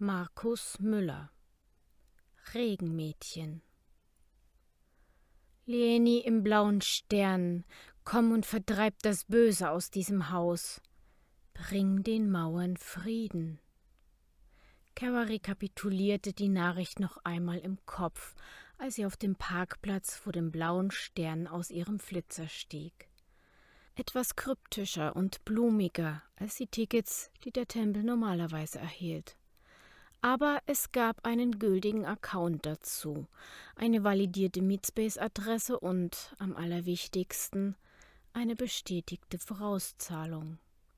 Markus Müller. Regenmädchen. Leni im blauen Stern, komm und vertreib das Böse aus diesem Haus. Bring den Mauern Frieden. Kara rekapitulierte die Nachricht noch einmal im Kopf, als sie auf dem Parkplatz vor dem blauen Stern aus ihrem Flitzer stieg. Etwas kryptischer und blumiger als die Tickets, die der Tempel normalerweise erhielt. Aber es gab einen gültigen Account dazu, eine validierte Meetspace-Adresse und, am allerwichtigsten, eine bestätigte Vorauszahlung.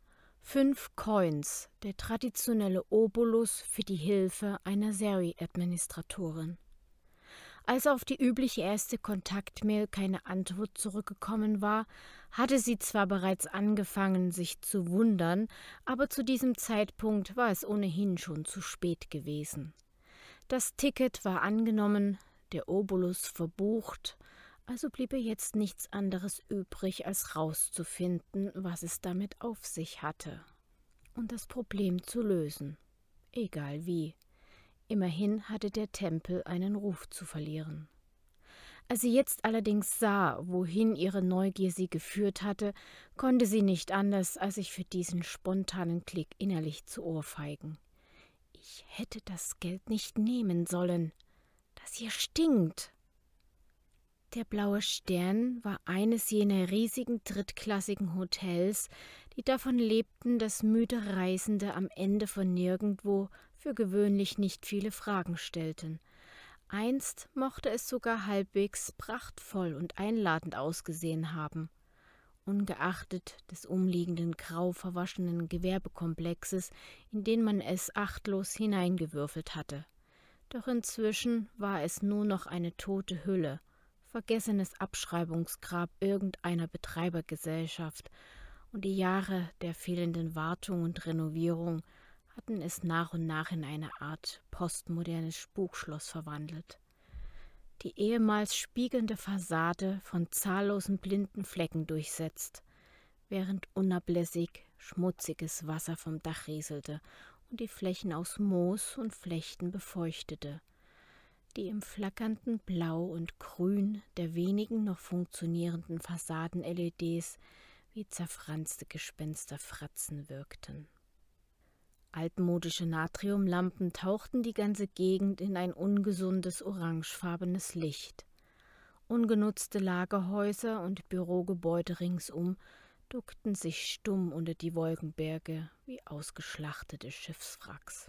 5 Coins, der traditionelle Obolus für die Hilfe einer Seri-Administratorin. Als auf die übliche erste Kontaktmail keine Antwort zurückgekommen war, hatte sie zwar bereits angefangen, sich zu wundern, aber zu diesem Zeitpunkt war es ohnehin schon zu spät gewesen. Das Ticket war angenommen, der Obolus verbucht, also blieb ihr jetzt nichts anderes übrig, als rauszufinden, was es damit auf sich hatte. Und das Problem zu lösen. Egal wie. Immerhin hatte der Tempel einen Ruf zu verlieren. Als sie jetzt allerdings sah, wohin ihre Neugier sie geführt hatte, konnte sie nicht anders, als sich für diesen spontanen Klick innerlich zu ohrfeigen. Ich hätte das Geld nicht nehmen sollen. Das hier stinkt. Der blaue Stern war eines jener riesigen drittklassigen Hotels, die davon lebten, dass müde Reisende am Ende von nirgendwo für gewöhnlich nicht viele Fragen stellten. Einst mochte es sogar halbwegs prachtvoll und einladend ausgesehen haben. Ungeachtet des umliegenden grau verwaschenen Gewerbekomplexes, in den man es achtlos hineingewürfelt hatte. Doch inzwischen war es nur noch eine tote Hülle, vergessenes Abschreibungsgrab irgendeiner Betreibergesellschaft, und die Jahre der fehlenden Wartung und Renovierung hatten es nach und nach in eine Art postmodernes Spukschloss verwandelt. Die ehemals spiegelnde Fassade von zahllosen blinden Flecken durchsetzt, während unablässig schmutziges Wasser vom Dach rieselte und die Flächen aus Moos und Flechten befeuchtete, die im flackernden Blau und Grün der wenigen noch funktionierenden Fassaden-LEDs wie zerfranste Gespensterfratzen wirkten. Altmodische Natriumlampen tauchten die ganze Gegend in ein ungesundes orangefarbenes Licht. Ungenutzte Lagerhäuser und Bürogebäude ringsum duckten sich stumm unter die Wolkenberge wie ausgeschlachtete Schiffswracks.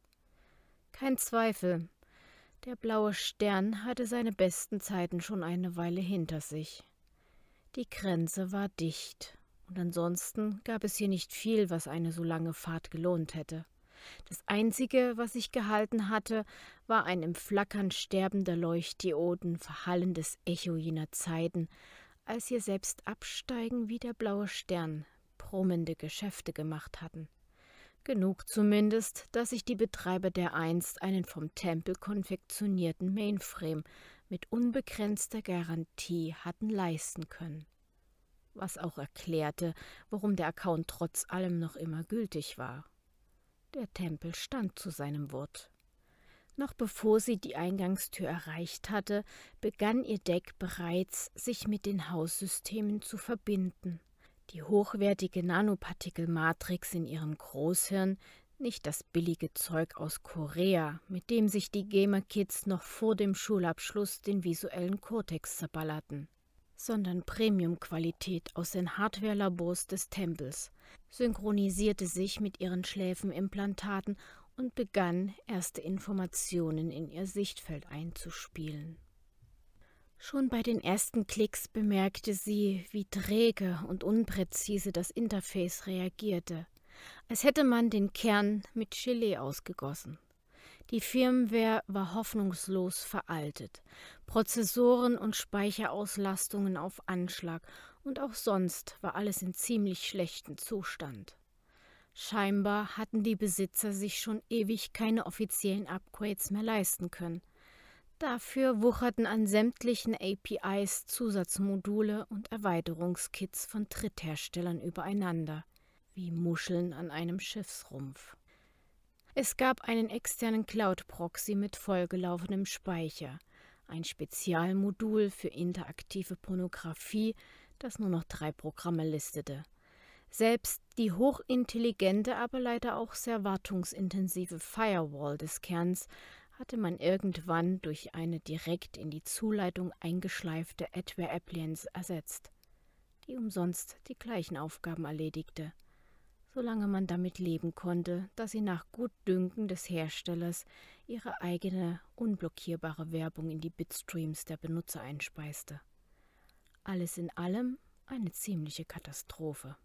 Kein Zweifel, der blaue Stern hatte seine besten Zeiten schon eine Weile hinter sich. Die Grenze war dicht, und ansonsten gab es hier nicht viel, was eine so lange Fahrt gelohnt hätte. Das Einzige, was sich gehalten hatte, war ein im Flackern sterbender Leuchtdioden verhallendes Echo jener Zeiten, als hier selbst Absteigen wie der blaue Stern brummende Geschäfte gemacht hatten. Genug zumindest, dass sich die Betreiber dereinst einen vom Tempel konfektionierten Mainframe mit unbegrenzter Garantie hatten leisten können. Was auch erklärte, warum der Account trotz allem noch immer gültig war. Der Tempel stand zu seinem Wort. Noch bevor sie die Eingangstür erreicht hatte, begann ihr Deck bereits, sich mit den Haussystemen zu verbinden. Die hochwertige Nanopartikelmatrix in ihrem Großhirn, nicht das billige Zeug aus Korea, mit dem sich die Gamer-Kids noch vor dem Schulabschluss den visuellen Kortex zerballerten, sondern Premium-Qualität aus den Hardware-Labors des Tempels, synchronisierte sich mit ihren Schläfenimplantaten und begann, erste Informationen in ihr Sichtfeld einzuspielen. Schon bei den ersten Klicks bemerkte sie, wie träge und unpräzise das Interface reagierte, als hätte man den Kern mit Gelee ausgegossen. Die Firmware war hoffnungslos veraltet, Prozessoren und Speicherauslastungen auf Anschlag und auch sonst war alles in ziemlich schlechtem Zustand. Scheinbar hatten die Besitzer sich schon ewig keine offiziellen Upgrades mehr leisten können. Dafür wucherten an sämtlichen APIs Zusatzmodule und Erweiterungskits von Drittherstellern übereinander, wie Muscheln an einem Schiffsrumpf. Es gab einen externen Cloud-Proxy mit vollgelaufenem Speicher, ein Spezialmodul für interaktive Pornografie, das nur noch 3 Programme listete. Selbst die hochintelligente, aber leider auch sehr wartungsintensive Firewall des Kerns hatte man irgendwann durch eine direkt in die Zuleitung eingeschleifte Adware-Appliance ersetzt, die umsonst die gleichen Aufgaben erledigte, solange man damit leben konnte, dass sie nach Gutdünken des Herstellers ihre eigene, unblockierbare Werbung in die Bitstreams der Benutzer einspeiste. Alles in allem eine ziemliche Katastrophe.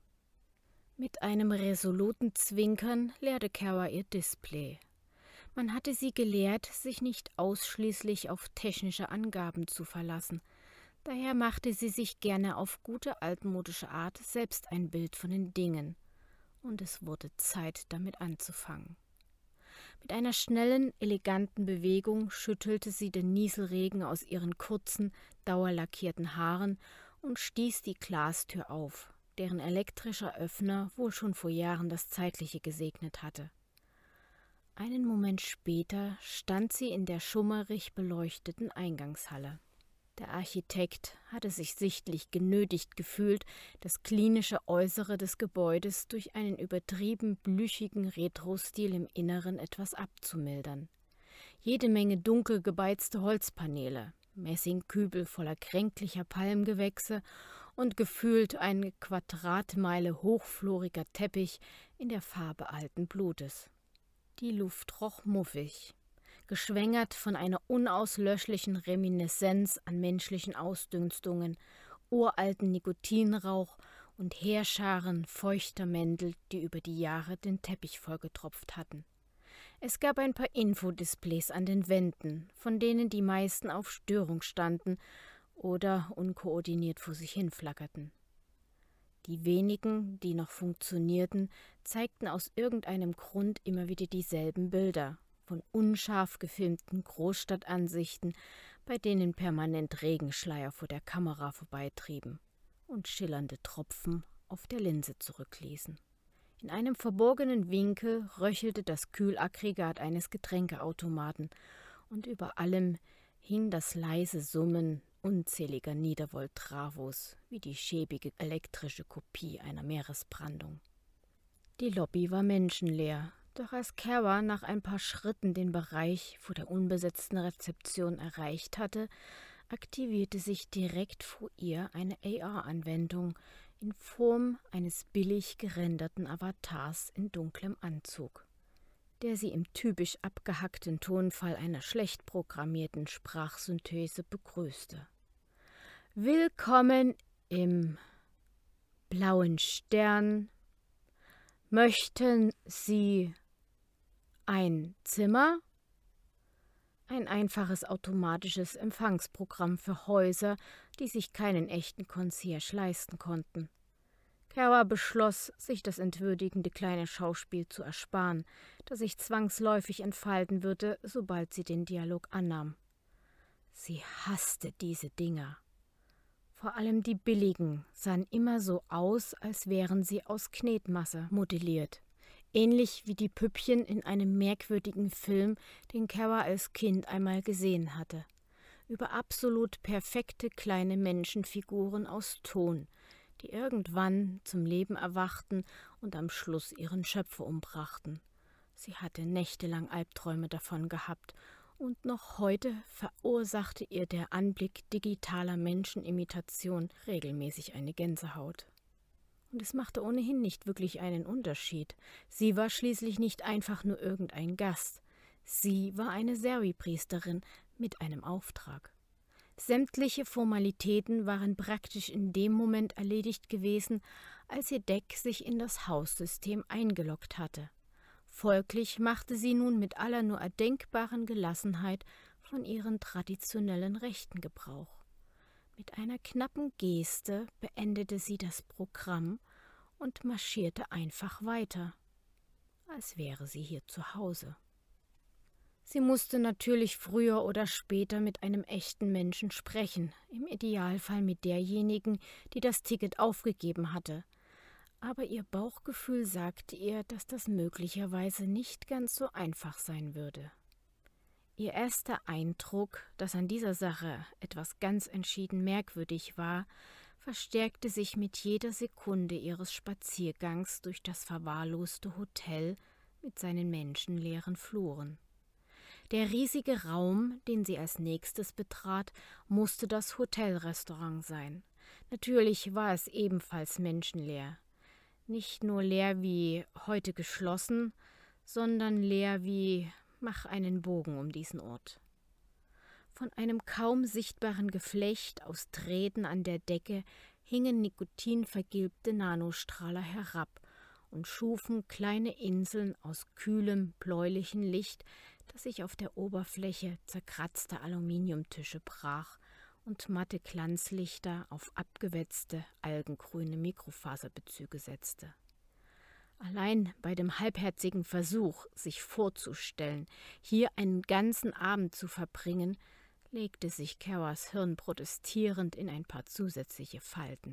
Mit einem resoluten Zwinkern leerte Kara ihr Display. Man hatte sie gelehrt, sich nicht ausschließlich auf technische Angaben zu verlassen. Daher machte sie sich gerne auf gute altmodische Art selbst ein Bild von den Dingen. Und es wurde Zeit, damit anzufangen. Mit einer schnellen, eleganten Bewegung schüttelte sie den Nieselregen aus ihren kurzen, dauerlackierten Haaren und stieß die Glastür auf, deren elektrischer Öffner wohl schon vor Jahren das Zeitliche gesegnet hatte. Einen Moment später stand sie in der schummerig beleuchteten Eingangshalle. Der Architekt hatte sich sichtlich genötigt gefühlt, das klinische Äußere des Gebäudes durch einen übertrieben blüchigen Retro-Stil im Inneren etwas abzumildern. Jede Menge dunkel gebeizte Holzpaneele, Messingkübel voller kränklicher Palmgewächse und gefühlt eine Quadratmeile hochfloriger Teppich in der Farbe alten Blutes. Die Luft roch muffig, geschwängert von einer unauslöschlichen Reminiszenz an menschlichen Ausdünstungen, uralten Nikotinrauch und Heerscharen feuchter Mäntel, die über die Jahre den Teppich vollgetropft hatten. Es gab ein paar Infodisplays an den Wänden, von denen die meisten auf Störung standen oder unkoordiniert vor sich hin flackerten. Die wenigen, die noch funktionierten, zeigten aus irgendeinem Grund immer wieder dieselben Bilder von unscharf gefilmten Großstadtansichten, bei denen permanent Regenschleier vor der Kamera vorbeitrieben und schillernde Tropfen auf der Linse zurückließen. In einem verborgenen Winkel röchelte das Kühlaggregat eines Getränkeautomaten und über allem hing das leise Summen unzähliger Niedervolt-Travos wie die schäbige elektrische Kopie einer Meeresbrandung. Die Lobby war menschenleer, doch als Kara nach ein paar Schritten den Bereich vor der unbesetzten Rezeption erreicht hatte, aktivierte sich direkt vor ihr eine AR-Anwendung in Form eines billig gerenderten Avatars in dunklem Anzug, der sie im typisch abgehackten Tonfall einer schlecht programmierten Sprachsynthese begrüßte. »Willkommen im Blauen Stern. Möchten Sie ein Zimmer?« Ein einfaches automatisches Empfangsprogramm für Häuser, die sich keinen echten Concierge leisten konnten. Kara beschloss, sich das entwürdigende kleine Schauspiel zu ersparen, das sich zwangsläufig entfalten würde, sobald sie den Dialog annahm. Sie hasste diese Dinger. Vor allem die billigen sahen immer so aus, als wären sie aus Knetmasse modelliert. Ähnlich wie die Püppchen in einem merkwürdigen Film, den Kara als Kind einmal gesehen hatte. Über absolut perfekte kleine Menschenfiguren aus Ton, die irgendwann zum Leben erwachten und am Schluss ihren Schöpfer umbrachten. Sie hatte nächtelang Albträume davon gehabt, und noch heute verursachte ihr der Anblick digitaler Menschenimitation regelmäßig eine Gänsehaut. Und es machte ohnehin nicht wirklich einen Unterschied. Sie war schließlich nicht einfach nur irgendein Gast. Sie war eine Seri-Priesterin mit einem Auftrag. Sämtliche Formalitäten waren praktisch in dem Moment erledigt gewesen, als ihr Deck sich in das Haussystem eingeloggt hatte. Folglich machte sie nun mit aller nur erdenkbaren Gelassenheit von ihren traditionellen Rechten Gebrauch. Mit einer knappen Geste beendete sie das Programm und marschierte einfach weiter, als wäre sie hier zu Hause. Sie musste natürlich früher oder später mit einem echten Menschen sprechen, im Idealfall mit derjenigen, die das Ticket aufgegeben hatte. aber ihr Bauchgefühl sagte ihr, dass das möglicherweise nicht ganz so einfach sein würde. Ihr erster Eindruck, dass an dieser Sache etwas ganz entschieden merkwürdig war, verstärkte sich mit jeder Sekunde ihres Spaziergangs durch das verwahrloste Hotel mit seinen menschenleeren Fluren. Der riesige Raum, den sie als nächstes betrat, musste das Hotelrestaurant sein. Natürlich war es ebenfalls menschenleer. Nicht nur leer wie heute geschlossen, sondern leer wie mach einen Bogen um diesen Ort. Von einem kaum sichtbaren Geflecht aus Drähten an der Decke hingen nikotinvergilbte Nanostrahler herab und schufen kleine Inseln aus kühlem, bläulichem Licht, das sich auf der Oberfläche zerkratzter Aluminiumtische brach und matte Glanzlichter auf abgewetzte, algengrüne Mikrofaserbezüge setzte. Allein bei dem halbherzigen Versuch, sich vorzustellen, hier einen ganzen Abend zu verbringen, legte sich Keras Hirn protestierend in ein paar zusätzliche Falten.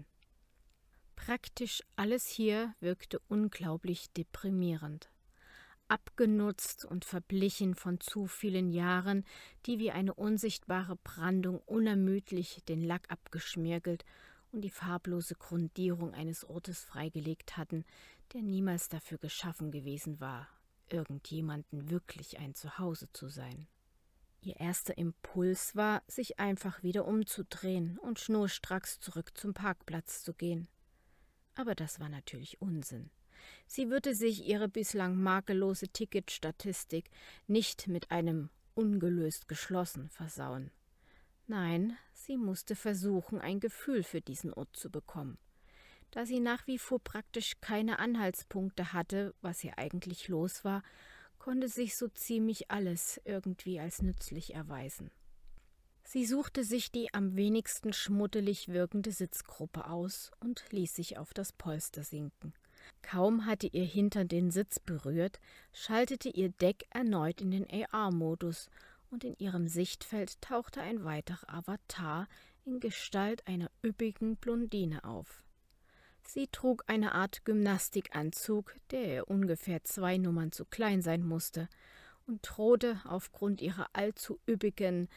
Praktisch alles hier wirkte unglaublich deprimierend. Abgenutzt und verblichen von zu vielen Jahren, die wie eine unsichtbare Brandung unermüdlich den Lack abgeschmirgelt und die farblose Grundierung eines Ortes freigelegt hatten, der niemals dafür geschaffen gewesen war, irgendjemanden wirklich ein Zuhause zu sein. Ihr erster Impuls war, sich einfach wieder umzudrehen und schnurstracks zurück zum Parkplatz zu gehen. Aber das war natürlich Unsinn. Sie würde sich ihre bislang makellose Ticketstatistik nicht mit einem ungelöst geschlossen versauen. Nein, sie musste versuchen, ein Gefühl für diesen Ort zu bekommen. Da sie nach wie vor praktisch keine Anhaltspunkte hatte, was hier eigentlich los war, konnte sich so ziemlich alles irgendwie als nützlich erweisen. Sie suchte sich die am wenigsten schmuddelig wirkende Sitzgruppe aus und ließ sich auf das Polster sinken. Kaum hatte ihr Hintern den Sitz berührt, schaltete ihr Deck erneut in den AR-Modus und in ihrem Sichtfeld tauchte ein weiterer Avatar in Gestalt einer üppigen Blondine auf. Sie trug eine Art Gymnastikanzug, der ihr ungefähr 2 Nummern zu klein sein musste, und drohte aufgrund ihrer allzu üppigen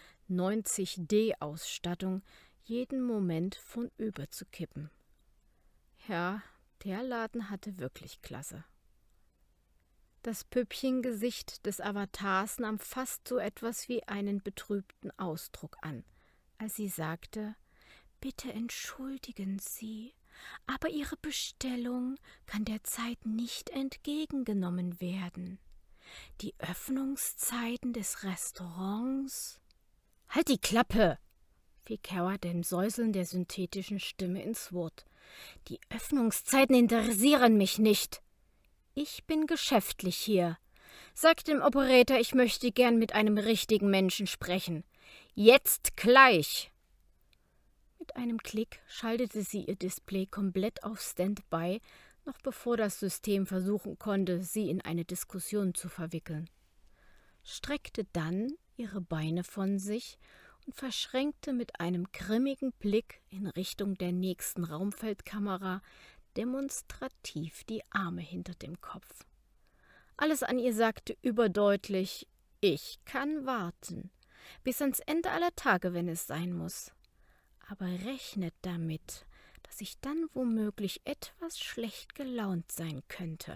90D-Ausstattung jeden Moment von überzukippen. Ja, der Laden hatte wirklich Klasse. Das Püppchengesicht des Avatars nahm fast so etwas wie einen betrübten Ausdruck an, als sie sagte: »Bitte entschuldigen Sie, aber Ihre Bestellung kann derzeit nicht entgegengenommen werden. Die Öffnungszeiten des Restaurants.« »Halt die Klappe!« fiel Kara dem Säuseln der synthetischen Stimme ins Wort. »Die Öffnungszeiten interessieren mich nicht. Ich bin geschäftlich hier. Sag dem Operator, ich möchte gern mit einem richtigen Menschen sprechen. Jetzt gleich!« Mit einem Klick schaltete sie ihr Display komplett auf Standby, noch bevor das System versuchen konnte, sie in eine Diskussion zu verwickeln. Streckte dann ihre Beine von sich und verschränkte mit einem grimmigen Blick in Richtung der nächsten Raumfeldkamera demonstrativ die Arme hinter dem Kopf. Alles an ihr sagte überdeutlich: »Ich kann warten, bis ans Ende aller Tage, wenn es sein muss. Aber rechnet damit, dass ich dann womöglich etwas schlecht gelaunt sein könnte.«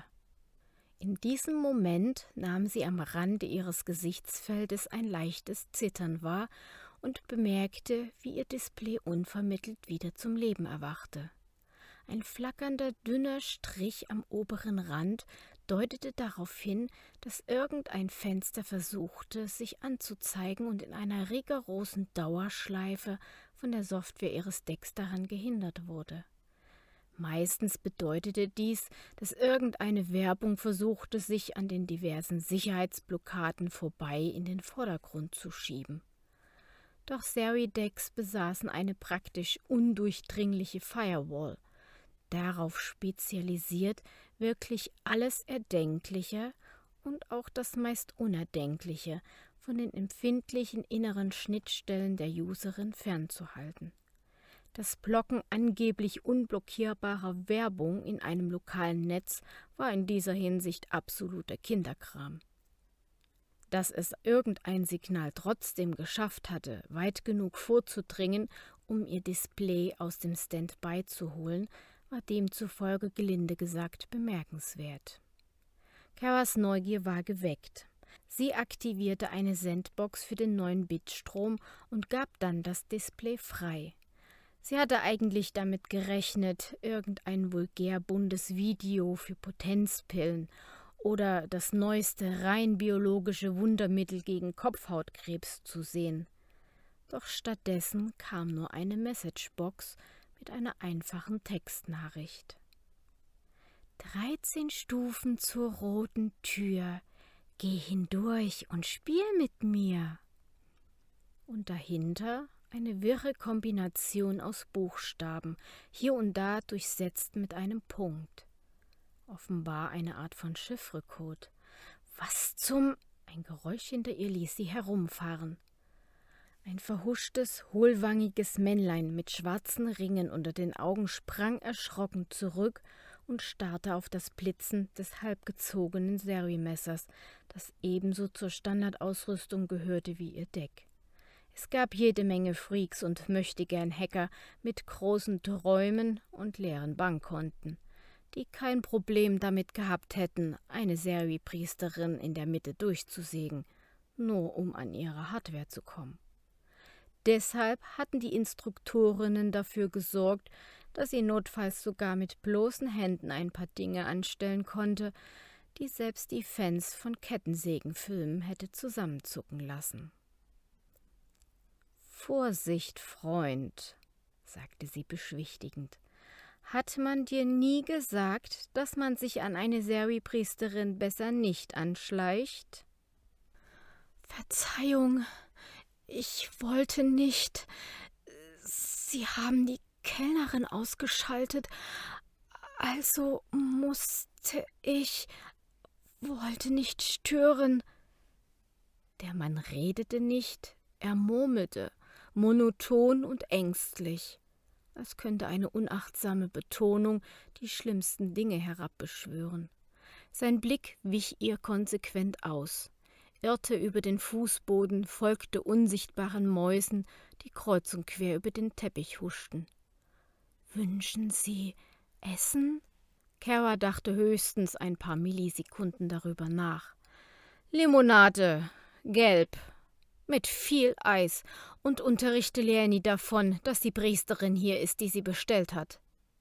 In diesem Moment nahm sie am Rande ihres Gesichtsfeldes ein leichtes Zittern wahr und bemerkte, wie ihr Display unvermittelt wieder zum Leben erwachte. Ein flackernder, dünner Strich am oberen Rand deutete darauf hin, dass irgendein Fenster versuchte, sich anzuzeigen und in einer rigorosen Dauerschleife von der Software ihres Decks daran gehindert wurde. Meistens bedeutete dies, dass irgendeine Werbung versuchte, sich an den diversen Sicherheitsblockaden vorbei in den Vordergrund zu schieben. Doch Seri-Decks besaßen eine praktisch undurchdringliche Firewall, darauf spezialisiert, wirklich alles Erdenkliche und auch das meist Unerdenkliche von den empfindlichen inneren Schnittstellen der Userin fernzuhalten. Das Blocken angeblich unblockierbarer Werbung in einem lokalen Netz war in dieser Hinsicht absoluter Kinderkram. Dass es irgendein Signal trotzdem geschafft hatte, weit genug vorzudringen, um ihr Display aus dem Standby zu holen, war demzufolge gelinde gesagt bemerkenswert. Karas Neugier war geweckt. Sie aktivierte eine Sendbox für den neuen Bitstrom und gab dann das Display frei. Sie hatte eigentlich damit gerechnet, irgendein vulgär buntes Video für Potenzpillen oder das neueste rein biologische Wundermittel gegen Kopfhautkrebs zu sehen. Doch stattdessen kam nur eine Messagebox mit einer einfachen Textnachricht. 13 Stufen zur roten Tür. Geh hindurch und spiel mit mir. Und dahinter eine wirre Kombination aus Buchstaben, hier und da durchsetzt mit einem Punkt. Offenbar eine Art von Chiffrecode. Was zum... Ein Geräusch hinter ihr ließ sie herumfahren. Ein verhuschtes, hohlwangiges Männlein mit schwarzen Ringen unter den Augen sprang erschrocken zurück und starrte auf das Blitzen des halbgezogenen Seri-Messers, das ebenso zur Standardausrüstung gehörte wie ihr Deck. Es gab jede Menge Freaks und Möchtegern-Hacker mit großen Träumen und leeren Bankkonten, die kein Problem damit gehabt hätten, eine Seri-Priesterin in der Mitte durchzusägen, nur um an ihre Hardware zu kommen. Deshalb hatten die Instruktorinnen dafür gesorgt, dass sie notfalls sogar mit bloßen Händen ein paar Dinge anstellen konnte, die selbst die Fans von Kettensägenfilmen hätte zusammenzucken lassen. »Vorsicht, Freund«, sagte sie beschwichtigend. »Hat man dir nie gesagt, dass man sich an eine Seri-Priesterin besser nicht anschleicht?« »Verzeihung, ich wollte nicht. Sie haben die Kellnerin ausgeschaltet, also musste ich, wollte nicht stören.« Der Mann redete nicht, er murmelte, monoton und ängstlich, als könnte eine unachtsame Betonung die schlimmsten Dinge herabbeschwören. Sein Blick wich ihr konsequent aus, irrte über den Fußboden, folgte unsichtbaren Mäusen, die kreuz und quer über den Teppich huschten. »Wünschen Sie Essen?« Kara dachte höchstens ein paar Millisekunden darüber nach. »Limonade, gelb, mit viel Eis, und unterrichte Leonie davon, dass die Priesterin hier ist, die sie bestellt hat.«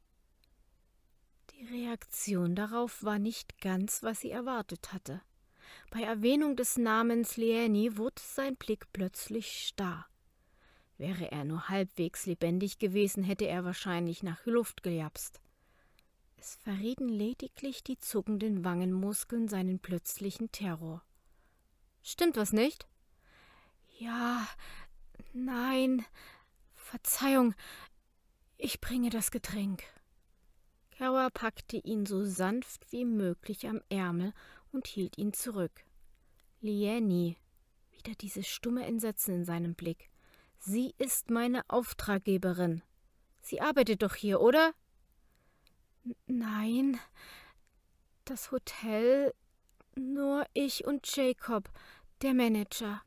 Die Reaktion darauf war nicht ganz, was sie erwartet hatte. Bei Erwähnung des Namens Leonie wurde sein Blick plötzlich starr. Wäre er nur halbwegs lebendig gewesen, hätte er wahrscheinlich nach Luft gejapst. Es verrieten lediglich die zuckenden Wangenmuskeln seinen plötzlichen Terror. »Stimmt was nicht?« »Ja, nein, Verzeihung, ich bringe das Getränk.« Kara packte ihn so sanft wie möglich am Ärmel und hielt ihn zurück. »Leonie«, wieder dieses stumme Entsetzen in seinem Blick, »sie ist meine Auftraggeberin. Sie arbeitet doch hier, oder?« »Nein, das Hotel, nur ich und Jacob, der Manager.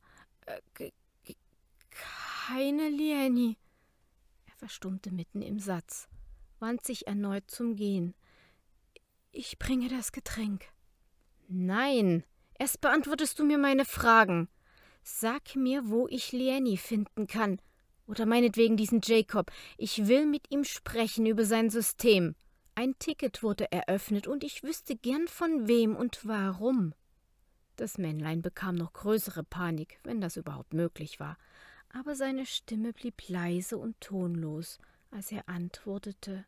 Keine Leonie.« Er verstummte mitten im Satz, wandte sich erneut zum Gehen. »Ich bringe das Getränk.« »Nein, erst beantwortest du mir meine Fragen. Sag mir, wo ich Leonie finden kann. Oder meinetwegen diesen Jacob. Ich will mit ihm sprechen über sein System. Ein Ticket wurde eröffnet und ich wüsste gern von wem und warum.« Das Männlein bekam noch größere Panik, wenn das überhaupt möglich war. Aber seine Stimme blieb leise und tonlos, als er antwortete: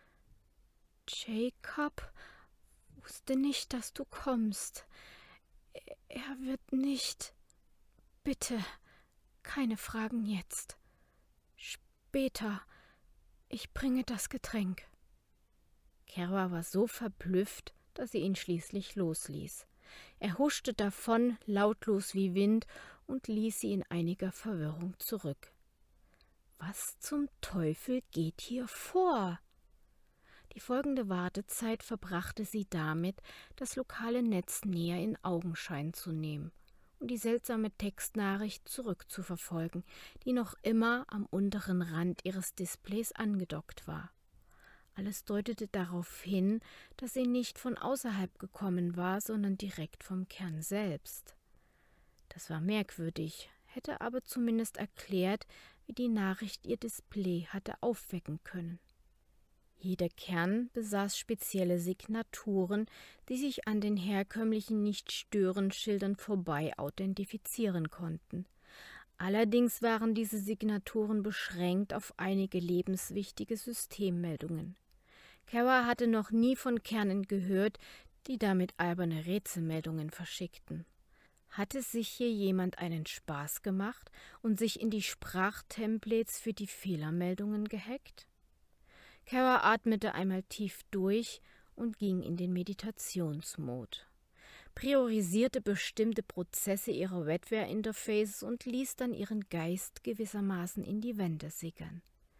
»Jacob wusste nicht, dass du kommst. Er wird nicht... Bitte, keine Fragen jetzt. Später. Ich bringe das Getränk.« Kara war so verblüfft, dass sie ihn schließlich losließ. Er huschte davon, lautlos wie Wind, und ließ sie in einiger Verwirrung zurück. Was zum Teufel geht hier vor? Die folgende Wartezeit verbrachte sie damit, das lokale Netz näher in Augenschein zu nehmen und die seltsame Textnachricht zurückzuverfolgen, die noch immer am unteren Rand ihres Displays angedockt war. Alles deutete darauf hin, dass sie nicht von außerhalb gekommen war, sondern direkt vom Kern selbst. Das war merkwürdig, hätte aber zumindest erklärt, wie die Nachricht ihr Display hatte aufwecken können. Jeder Kern besaß spezielle Signaturen, die sich an den herkömmlichen Nicht-Stören-Schildern vorbei authentifizieren konnten. Allerdings waren diese Signaturen beschränkt auf einige lebenswichtige Systemmeldungen. Kara hatte noch nie von Kernen gehört, die damit alberne Rätselmeldungen verschickten. Hatte sich hier jemand einen Spaß gemacht und sich in die Sprachtemplates für die Fehlermeldungen gehackt? Kara atmete einmal tief durch und ging in den Meditationsmod, priorisierte bestimmte Prozesse ihrer Wetware-Interfaces und ließ dann ihren Geist gewissermaßen in die Wände sickern.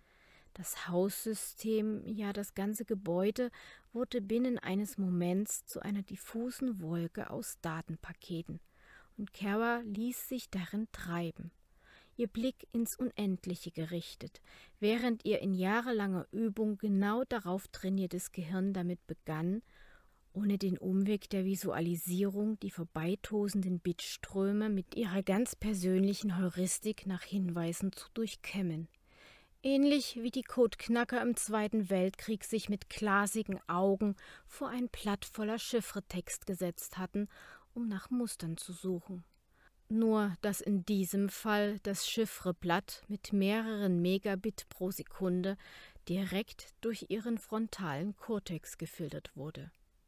Das Haussystem, ja das ganze Gebäude, wurde binnen eines Moments zu einer diffusen Wolke aus Datenpaketen, und Kara ließ sich darin treiben, ihr Blick ins Unendliche gerichtet, während ihr in jahrelanger Übung genau darauf trainiertes Gehirn damit begann, ohne den Umweg der Visualisierung die vorbeitosenden Bitströme mit ihrer ganz persönlichen Heuristik nach Hinweisen zu durchkämmen. Ähnlich wie die Codeknacker im Zweiten Weltkrieg sich mit glasigen Augen vor ein Blatt voller Chiffretext gesetzt hatten, um nach Mustern zu suchen. Nur, dass in diesem Fall das Chiffreblatt mit mehreren Megabit pro Sekunde direkt durch ihren frontalen Kortex gefiltert wurde.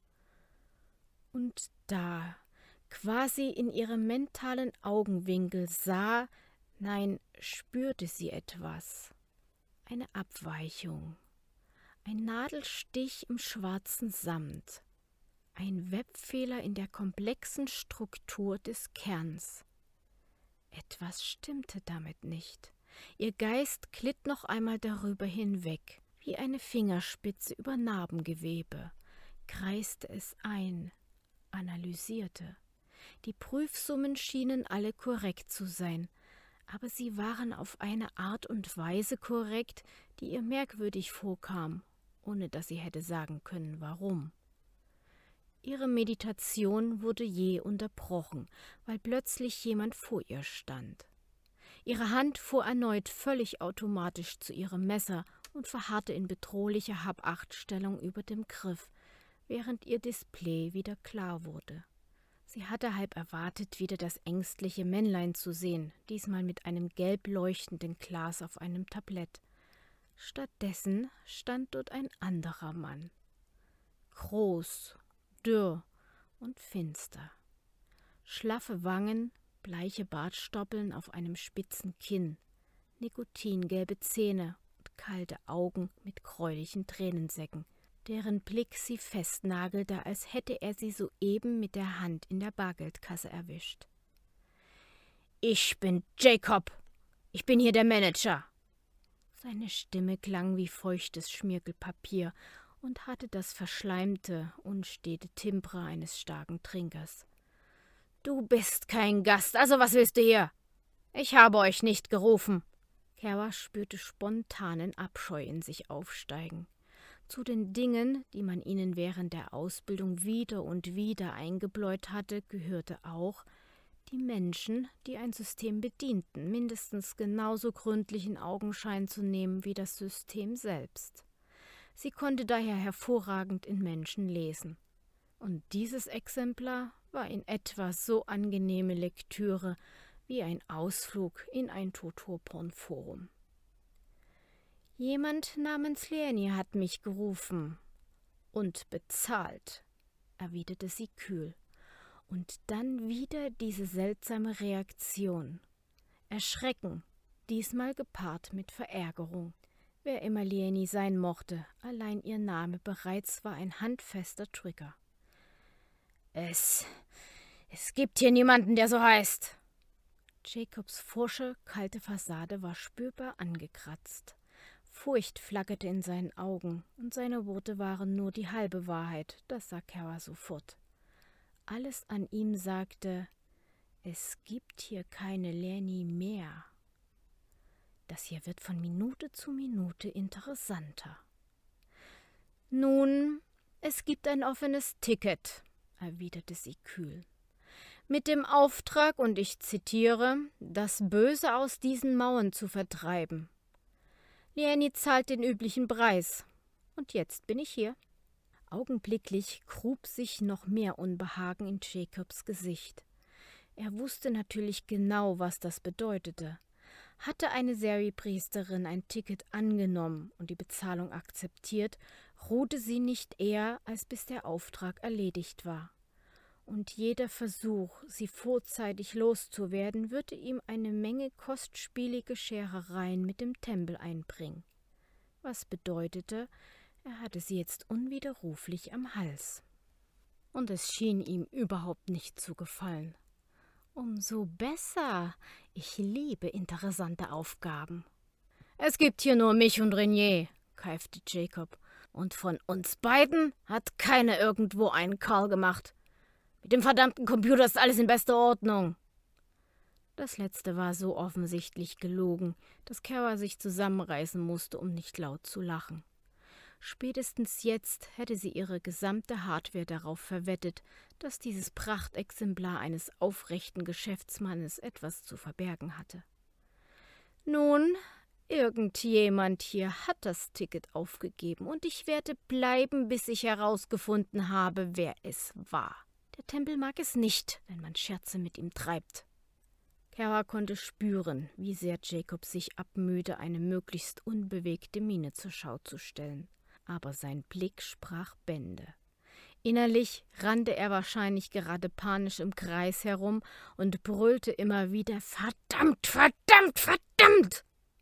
Und da, quasi in ihrem mentalen Augenwinkel spürte sie etwas. Eine Abweichung, ein Nadelstich im schwarzen Samt, ein Webfehler in der komplexen Struktur des Kerns. Etwas stimmte damit nicht. Ihr Geist glitt noch einmal darüber hinweg, wie eine Fingerspitze über Narbengewebe, kreiste es ein, analysierte. Die Prüfsummen schienen alle korrekt zu sein, aber sie waren auf eine Art und Weise korrekt, die ihr merkwürdig vorkam, ohne dass sie hätte sagen können, warum. Ihre Meditation wurde jäh unterbrochen, weil plötzlich jemand vor ihr stand. Ihre Hand fuhr erneut völlig automatisch zu ihrem Messer und verharrte in bedrohlicher Hab-Acht-Stellung über dem Griff, während ihr Display wieder klar wurde. Sie hatte halb erwartet, wieder das ängstliche Männlein zu sehen, diesmal mit einem gelb leuchtenden Glas auf einem Tablett. Stattdessen stand dort ein anderer Mann. Groß, dürr und finster. Schlaffe Wangen, bleiche Bartstoppeln auf einem spitzen Kinn, nikotingelbe Zähne und kalte Augen mit gräulichen Tränensäcken, deren Blick sie festnagelte, als hätte er sie soeben mit der Hand in der Bargeldkasse erwischt. »Ich bin Jacob. Ich bin hier der Manager.« Seine Stimme klang wie feuchtes Schmirgelpapier und hatte das verschleimte, unstete Timbre eines starken Trinkers. »Du bist kein Gast, also was willst du hier? Ich habe euch nicht gerufen.« Kara spürte spontanen Abscheu in sich aufsteigen. Zu den Dingen, die man ihnen während der Ausbildung wieder und wieder eingebläut hatte, gehörte auch, die Menschen, die ein System bedienten, mindestens genauso gründlich in Augenschein zu nehmen wie das System selbst. Sie konnte daher hervorragend in Menschen lesen. Und dieses Exemplar war in etwa so angenehme Lektüre wie ein Ausflug in ein Totoporn-Forum. »Jemand namens Leonie hat mich gerufen und bezahlt«, erwiderte sie kühl. Und dann wieder diese seltsame Reaktion. Erschrecken, diesmal gepaart mit Verärgerung. Wer immer Leonie sein mochte, allein ihr Name bereits war ein handfester Trigger. Es gibt hier niemanden, der so heißt.« Jacobs forsche, kalte Fassade war spürbar angekratzt. Furcht flackerte in seinen Augen, und seine Worte waren nur die halbe Wahrheit, das sah Kara sofort. Alles an ihm sagte, es gibt hier keine Leni mehr. Das hier wird von Minute zu Minute interessanter. Nun, es gibt ein offenes Ticket, erwiderte sie kühl. Mit dem Auftrag, und ich zitiere, das Böse aus diesen Mauern zu vertreiben. Leni zahlt den üblichen Preis. Und jetzt bin ich hier. Augenblicklich grub sich noch mehr Unbehagen in Jacobs Gesicht. Er wusste natürlich genau, was das bedeutete. Hatte eine Seri-Priesterin ein Ticket angenommen und die Bezahlung akzeptiert, ruhte sie nicht eher, als bis der Auftrag erledigt war. Und jeder Versuch, sie vorzeitig loszuwerden, würde ihm eine Menge kostspielige Scherereien mit dem Tempel einbringen. Was bedeutete, er hatte sie jetzt unwiderruflich am Hals. Und es schien ihm überhaupt nicht zu gefallen. Umso besser. Ich liebe interessante Aufgaben. Es gibt hier nur mich und Renier, keifte Jacob. Und von uns beiden hat keiner irgendwo einen Call gemacht. Mit dem verdammten Computer ist alles in bester Ordnung. Das letzte war so offensichtlich gelogen, dass Kara sich zusammenreißen musste, um nicht laut zu lachen. Spätestens jetzt hätte sie ihre gesamte Hardware darauf verwettet, dass dieses Prachtexemplar eines aufrechten Geschäftsmannes etwas zu verbergen hatte. Nun, irgendjemand hier hat das Ticket aufgegeben, und ich werde bleiben, bis ich herausgefunden habe, wer es war. Der Tempel mag es nicht, wenn man Scherze mit ihm treibt. Kara konnte spüren, wie sehr Jacob sich abmühte, eine möglichst unbewegte Miene zur Schau zu stellen. Aber sein Blick sprach Bände. Innerlich rannte er wahrscheinlich gerade panisch im Kreis herum und brüllte immer wieder: »Verdammt, verdammt, verdammt!«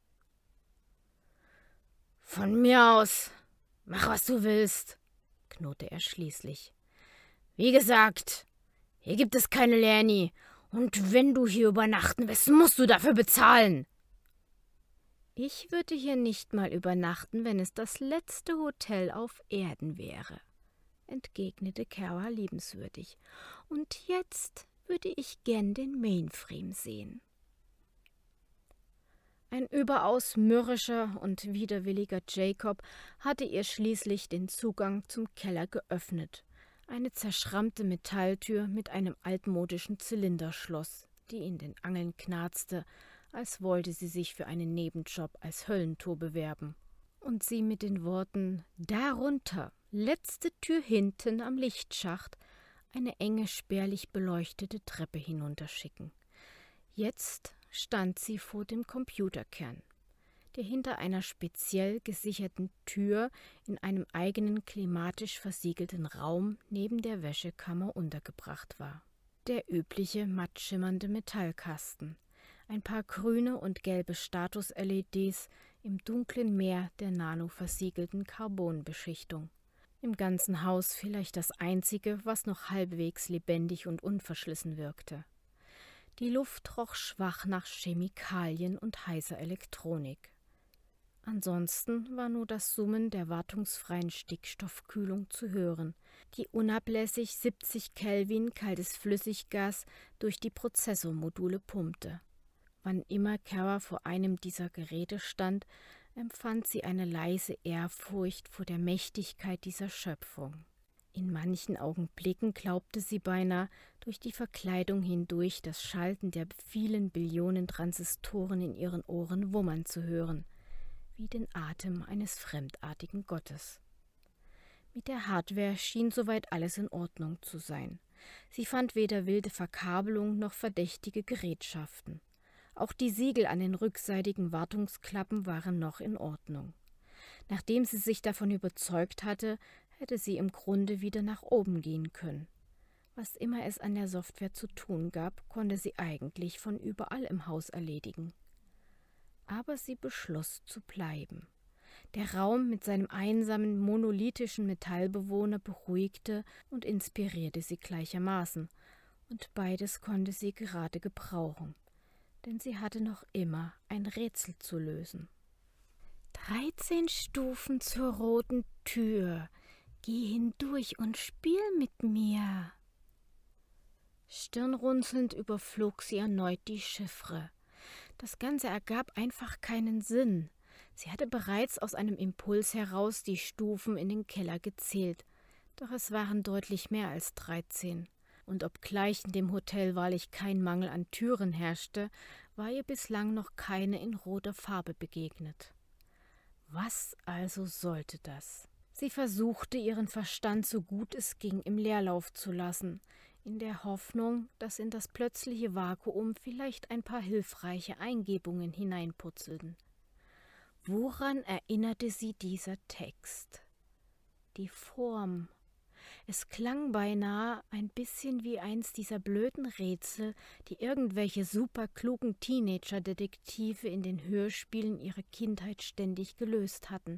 »Von mir aus, mach, was du willst«, knurrte er schließlich. »Wie gesagt, hier gibt es keine Leni, und wenn du hier übernachten willst, musst du dafür bezahlen.« »Ich würde hier nicht mal übernachten, wenn es das letzte Hotel auf Erden wäre«, entgegnete Kara liebenswürdig. »Und jetzt würde ich gern den Mainframe sehen.« Ein überaus mürrischer und widerwilliger Jacob hatte ihr schließlich den Zugang zum Keller geöffnet. Eine zerschrammte Metalltür mit einem altmodischen Zylinderschloss, die in den Angeln knarzte, als wollte sie sich für einen Nebenjob als Höllentor bewerben. Und sie mit den Worten »Darunter, letzte Tür hinten am Lichtschacht« eine enge, spärlich beleuchtete Treppe hinunterschicken. Jetzt stand sie vor dem Computerkern, der hinter einer speziell gesicherten Tür in einem eigenen klimatisch versiegelten Raum neben der Wäschekammer untergebracht war. Der übliche matt schimmernde Metallkasten, ein paar grüne und gelbe Status-LEDs im dunklen Meer der nanoversiegelten Carbonbeschichtung. Im ganzen Haus vielleicht das einzige, was noch halbwegs lebendig und unverschlissen wirkte. Die Luft roch schwach nach Chemikalien und heißer Elektronik. Ansonsten war nur das Summen der wartungsfreien Stickstoffkühlung zu hören, die unablässig 70 Kelvin kaltes Flüssiggas durch die Prozessormodule pumpte. Wann immer Kara vor einem dieser Geräte stand, empfand sie eine leise Ehrfurcht vor der Mächtigkeit dieser Schöpfung. In manchen Augenblicken glaubte sie beinahe, durch die Verkleidung hindurch das Schalten der vielen Billionen Transistoren in ihren Ohren wummern zu hören, wie den Atem eines fremdartigen Gottes. Mit der Hardware schien soweit alles in Ordnung zu sein. Sie fand weder wilde Verkabelung noch verdächtige Gerätschaften. Auch die Siegel an den rückseitigen Wartungsklappen waren noch in Ordnung. Nachdem sie sich davon überzeugt hatte, hätte sie im Grunde wieder nach oben gehen können. Was immer es an der Software zu tun gab, konnte sie eigentlich von überall im Haus erledigen. Aber sie beschloss zu bleiben. Der Raum mit seinem einsamen, monolithischen Metallbewohner beruhigte und inspirierte sie gleichermaßen, und beides konnte sie gerade gebrauchen. denn sie hatte noch immer ein Rätsel zu lösen. 13 Stufen zur roten Tür. Geh hindurch und spiel mit mir. Stirnrunzelnd überflog sie erneut die Chiffre. Das Ganze ergab einfach keinen Sinn. Sie hatte bereits aus einem Impuls heraus die Stufen in den Keller gezählt, doch es waren deutlich mehr als 13. Und obgleich in dem Hotel wahrlich kein Mangel an Türen herrschte, war ihr bislang noch keine in roter Farbe begegnet. Was also sollte das? Sie versuchte, ihren Verstand so gut es ging im Leerlauf zu lassen, in der Hoffnung, dass in das plötzliche Vakuum vielleicht ein paar hilfreiche Eingebungen hineinpurzelten. Woran erinnerte sie dieser Text? Die Form. Es klang beinahe ein bisschen wie eins dieser blöden Rätsel, die irgendwelche superklugen Teenager-Detektive in den Hörspielen ihrer Kindheit ständig gelöst hatten.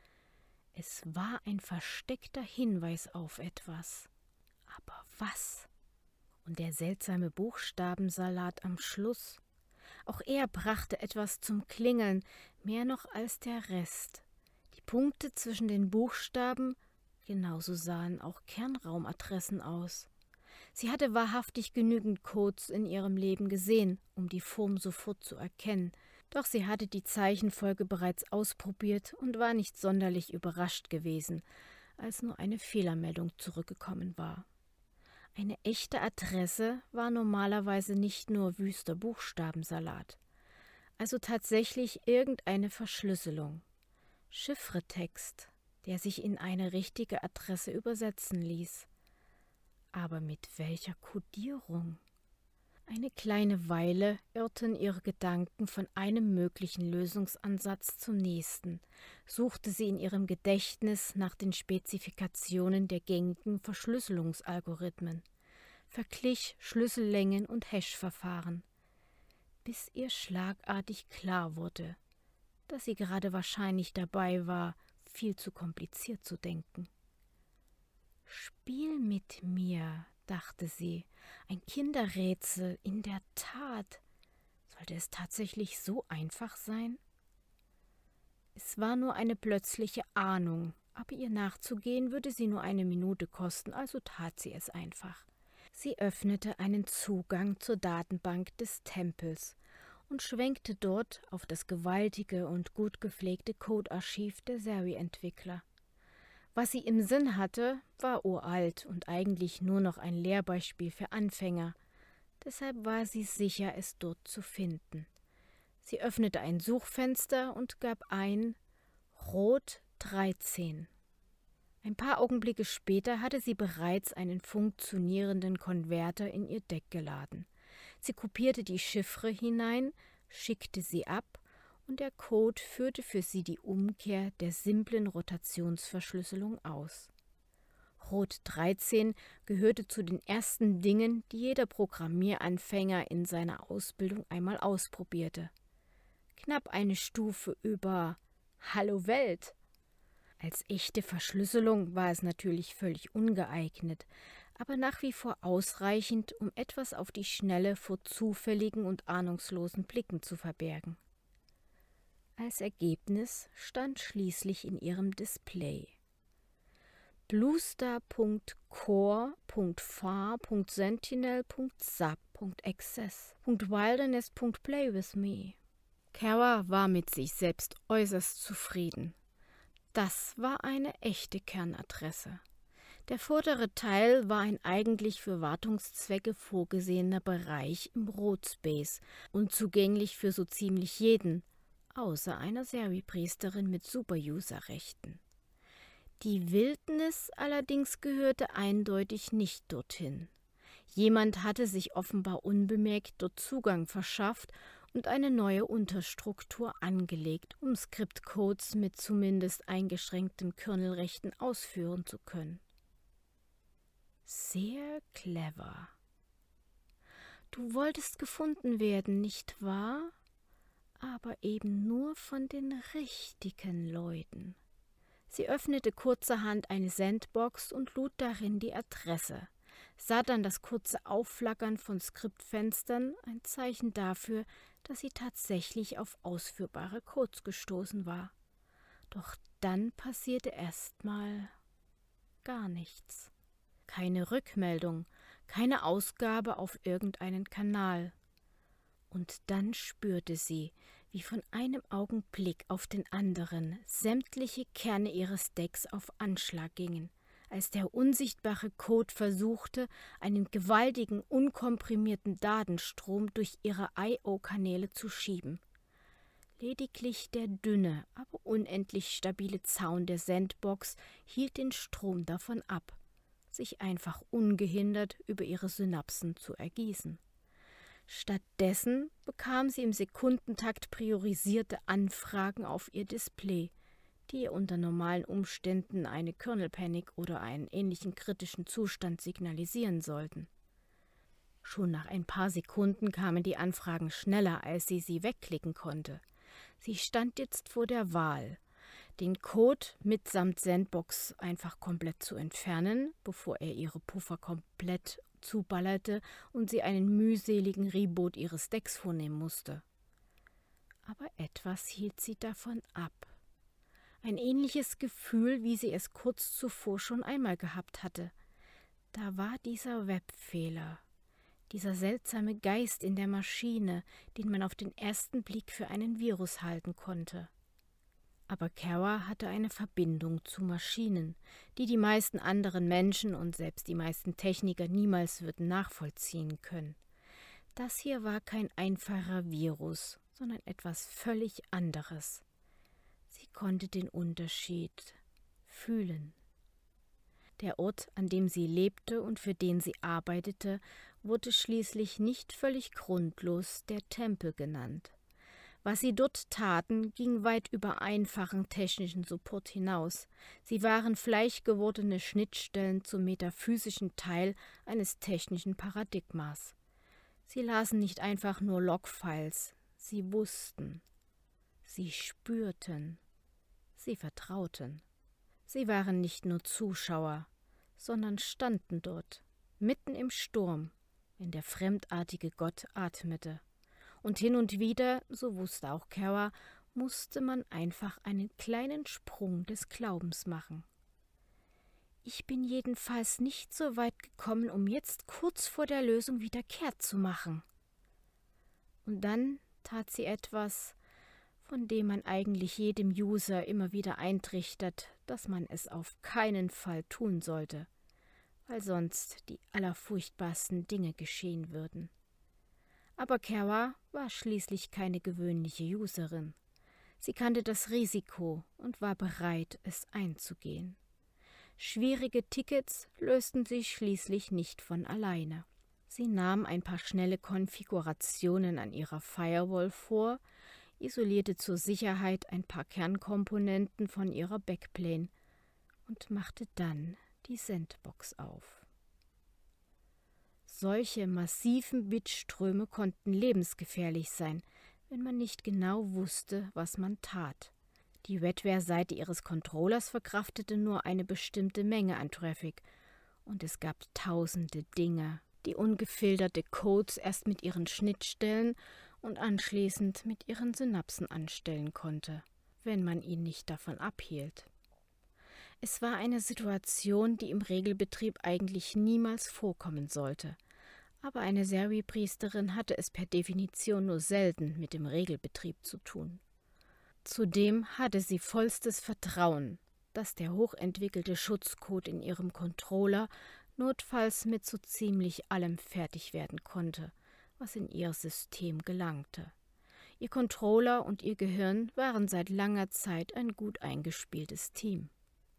Es war ein versteckter Hinweis auf etwas. Aber was? Und der seltsame Buchstabensalat am Schluss. Auch er brachte etwas zum Klingeln, mehr noch als der Rest. Die Punkte zwischen den Buchstaben, genauso sahen auch Kernraumadressen aus. Sie hatte wahrhaftig genügend Codes in ihrem Leben gesehen, um die Form sofort zu erkennen, doch sie hatte die Zeichenfolge bereits ausprobiert und war nicht sonderlich überrascht gewesen, als nur eine Fehlermeldung zurückgekommen war. Eine echte Adresse war normalerweise nicht nur wüster Buchstabensalat, also tatsächlich irgendeine Verschlüsselung. Chiffretext, der sich in eine richtige Adresse übersetzen ließ. Aber mit welcher Kodierung? Eine kleine Weile irrten ihre Gedanken von einem möglichen Lösungsansatz zum nächsten, suchte sie in ihrem Gedächtnis nach den Spezifikationen der gängigen Verschlüsselungsalgorithmen, verglich Schlüssellängen und Hash-Verfahren, bis ihr schlagartig klar wurde, dass sie gerade wahrscheinlich dabei war, viel zu kompliziert zu denken. »Spiel mit mir«, dachte sie, ein Kinderrätsel, in der Tat. Sollte es tatsächlich so einfach sein? Es war nur eine plötzliche Ahnung, aber ihr nachzugehen würde sie nur eine Minute kosten, also tat sie es einfach. Sie öffnete einen Zugang zur Datenbank des Tempels und schwenkte dort auf das gewaltige und gut gepflegte Codearchiv der Sari-Entwickler. Was sie im Sinn hatte, war uralt und eigentlich nur noch ein Lehrbeispiel für Anfänger. Deshalb war sie sicher, es dort zu finden. Sie öffnete ein Suchfenster und gab ein Rot 13. Ein paar Augenblicke später hatte sie bereits einen funktionierenden Konverter in ihr Deck geladen. Sie kopierte die Chiffre hinein, schickte sie ab und der Code führte für sie die Umkehr der simplen Rotationsverschlüsselung aus. Rot 13 gehörte zu den ersten Dingen, die jeder Programmieranfänger in seiner Ausbildung einmal ausprobierte. Knapp eine Stufe über »Hallo Welt«. Als echte Verschlüsselung war es natürlich völlig ungeeignet, aber nach wie vor ausreichend, um etwas auf die Schnelle vor zufälligen und ahnungslosen Blicken zu verbergen. Als Ergebnis stand schließlich in ihrem Display: bluestar.core.far.sentinel.zap.access.wilderness.playwithme. Kara war mit sich selbst äußerst zufrieden. Das war eine echte Kernadresse. Der vordere Teil war ein eigentlich für Wartungszwecke vorgesehener Bereich im Rotspace und zugänglich für so ziemlich jeden, außer einer Sari-Priesterin mit Super-User-Rechten. Die Wildnis allerdings gehörte eindeutig nicht dorthin. Jemand hatte sich offenbar unbemerkt dort Zugang verschafft und eine neue Unterstruktur angelegt, um Skriptcodes mit zumindest eingeschränkten Kernelrechten ausführen zu können. Sehr clever. Du wolltest gefunden werden, nicht wahr? Aber eben nur von den richtigen Leuten. Sie öffnete kurzerhand eine Sandbox und lud darin die Adresse sah dann das kurze Aufflackern von Skriptfenstern, ein Zeichen dafür, dass sie tatsächlich auf ausführbare Codes gestoßen war. Doch dann passierte erstmal gar nichts. Keine Rückmeldung, keine Ausgabe auf irgendeinen Kanal. Und dann spürte sie, wie von einem Augenblick auf den anderen sämtliche Kerne ihres Decks auf Anschlag gingen, als der unsichtbare Code versuchte, einen gewaltigen, unkomprimierten Datenstrom durch ihre I/O-Kanäle zu schieben. Lediglich der dünne, aber unendlich stabile Zaun der Sandbox hielt den Strom davon ab, sich einfach ungehindert über ihre Synapsen zu ergießen. Stattdessen bekam sie im Sekundentakt priorisierte Anfragen auf ihr Display, die ihr unter normalen Umständen eine Kernel Panic oder einen ähnlichen kritischen Zustand signalisieren sollten. Schon nach ein paar Sekunden kamen die Anfragen schneller, als sie wegklicken konnte. Sie stand jetzt vor der Wahl, den Code mitsamt Sandbox einfach komplett zu entfernen, bevor er ihre Puffer komplett zuballerte und sie einen mühseligen Reboot ihres Decks vornehmen musste. Aber etwas hielt sie davon ab. Ein ähnliches Gefühl, wie sie es kurz zuvor schon einmal gehabt hatte. Da war dieser Webfehler, dieser seltsame Geist in der Maschine, den man auf den ersten Blick für einen Virus halten konnte. Aber Kara hatte eine Verbindung zu Maschinen, die die meisten anderen Menschen und selbst die meisten Techniker niemals würden nachvollziehen können. Das hier war kein einfacher Virus, sondern etwas völlig anderes. Sie konnte den Unterschied fühlen. Der Ort, an dem sie lebte und für den sie arbeitete, wurde schließlich nicht völlig grundlos der Tempel genannt. Was sie dort taten, ging weit über einfachen technischen Support hinaus. Sie waren fleischgewordene Schnittstellen zum metaphysischen Teil eines technischen Paradigmas. Sie lasen nicht einfach nur Logfiles, sie wussten, sie spürten, sie vertrauten. Sie waren nicht nur Zuschauer, sondern standen dort, mitten im Sturm, wenn der fremdartige Gott atmete. Und hin und wieder, so wusste auch Kara, musste man einfach einen kleinen Sprung des Glaubens machen. Ich bin jedenfalls nicht so weit gekommen, um jetzt kurz vor der Lösung wieder kehrt zu machen. Und dann tat sie etwas, von dem man eigentlich jedem User immer wieder eintrichtert, dass man es auf keinen Fall tun sollte, weil sonst die allerfurchtbarsten Dinge geschehen würden. Aber Kara war schließlich keine gewöhnliche Userin. Sie kannte das Risiko und war bereit, es einzugehen. Schwierige Tickets lösten sich schließlich nicht von alleine. Sie nahm ein paar schnelle Konfigurationen an ihrer Firewall vor, isolierte zur Sicherheit ein paar Kernkomponenten von ihrer Backplane und machte dann die Sandbox auf. Solche massiven Bitströme konnten lebensgefährlich sein, wenn man nicht genau wusste, was man tat. Die Redware-Seite ihres Controllers verkraftete nur eine bestimmte Menge an Traffic, und es gab tausende Dinge, die ungefilterte Codes erst mit ihren Schnittstellen und anschließend mit ihren Synapsen anstellen konnte, wenn man ihn nicht davon abhielt. Es war eine Situation, die im Regelbetrieb eigentlich niemals vorkommen sollte. Aber eine Seri-Priesterin hatte es per Definition nur selten mit dem Regelbetrieb zu tun. Zudem hatte sie vollstes Vertrauen, dass der hochentwickelte Schutzcode in ihrem Controller notfalls mit so ziemlich allem fertig werden konnte, was in ihr System gelangte. Ihr Controller und ihr Gehirn waren seit langer Zeit ein gut eingespieltes Team.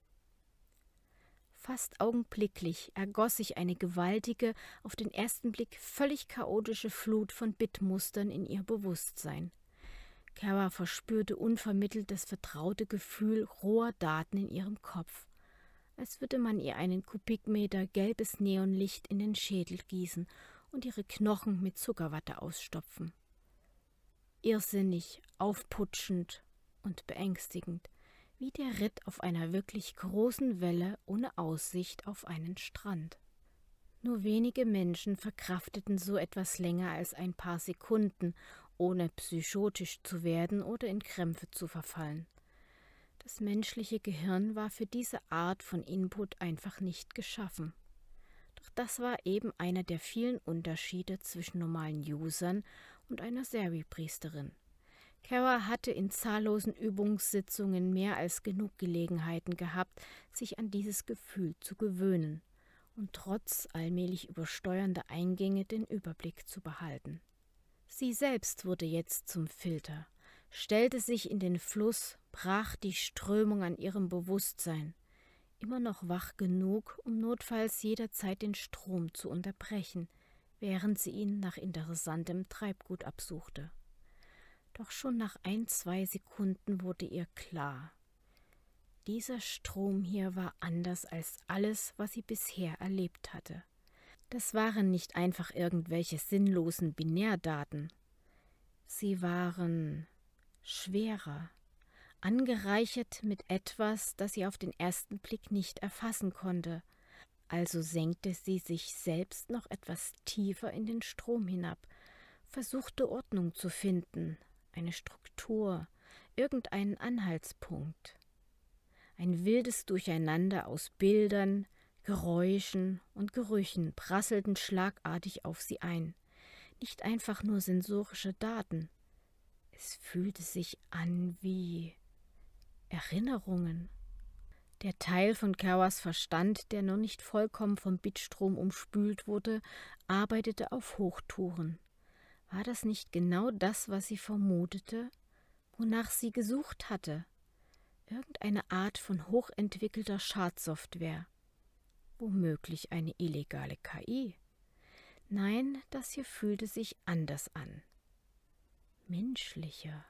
Fast augenblicklich ergoss sich eine gewaltige, auf den ersten Blick völlig chaotische Flut von Bitmustern in ihr Bewusstsein. Kara verspürte unvermittelt das vertraute Gefühl roher Daten in ihrem Kopf, als würde man ihr einen Kubikmeter gelbes Neonlicht in den Schädel gießen und ihre Knochen mit Zuckerwatte ausstopfen. Irrsinnig, aufputschend und beängstigend, wie der Ritt auf einer wirklich großen Welle ohne Aussicht auf einen Strand. Nur wenige Menschen verkrafteten so etwas länger als ein paar Sekunden, ohne psychotisch zu werden oder in Krämpfe zu verfallen. Das menschliche Gehirn war für diese Art von Input einfach nicht geschaffen. Doch das war eben einer der vielen Unterschiede zwischen normalen Usern und einer Seri-Priesterin. Kara hatte in zahllosen Übungssitzungen mehr als genug Gelegenheiten gehabt, sich an dieses Gefühl zu gewöhnen und trotz allmählich übersteuernder Eingänge den Überblick zu behalten. Sie selbst wurde jetzt zum Filter, stellte sich in den Fluss, brach die Strömung an ihrem Bewusstsein, immer noch wach genug, um notfalls jederzeit den Strom zu unterbrechen, während sie ihn nach interessantem Treibgut absuchte. Doch schon nach 1-2 Sekunden wurde ihr klar: Dieser Strom hier war anders als alles, was sie bisher erlebt hatte. Das waren nicht einfach irgendwelche sinnlosen Binärdaten. Sie waren schwerer, angereichert mit etwas, das sie auf den ersten Blick nicht erfassen konnte. Also senkte sie sich selbst noch etwas tiefer in den Strom hinab, versuchte Ordnung zu finden, eine Struktur, irgendeinen Anhaltspunkt. Ein wildes Durcheinander aus Bildern, Geräuschen und Gerüchen prasselten schlagartig auf sie ein. Nicht einfach nur sensorische Daten. Es fühlte sich an wie Erinnerungen. Der Teil von Karas Verstand, der noch nicht vollkommen vom Bitstrom umspült wurde, arbeitete auf Hochtouren. War das nicht genau das, was sie vermutete, wonach sie gesucht hatte? Irgendeine Art von hochentwickelter Schadsoftware. Womöglich eine illegale KI. Nein, das hier fühlte sich anders an. Menschlicher.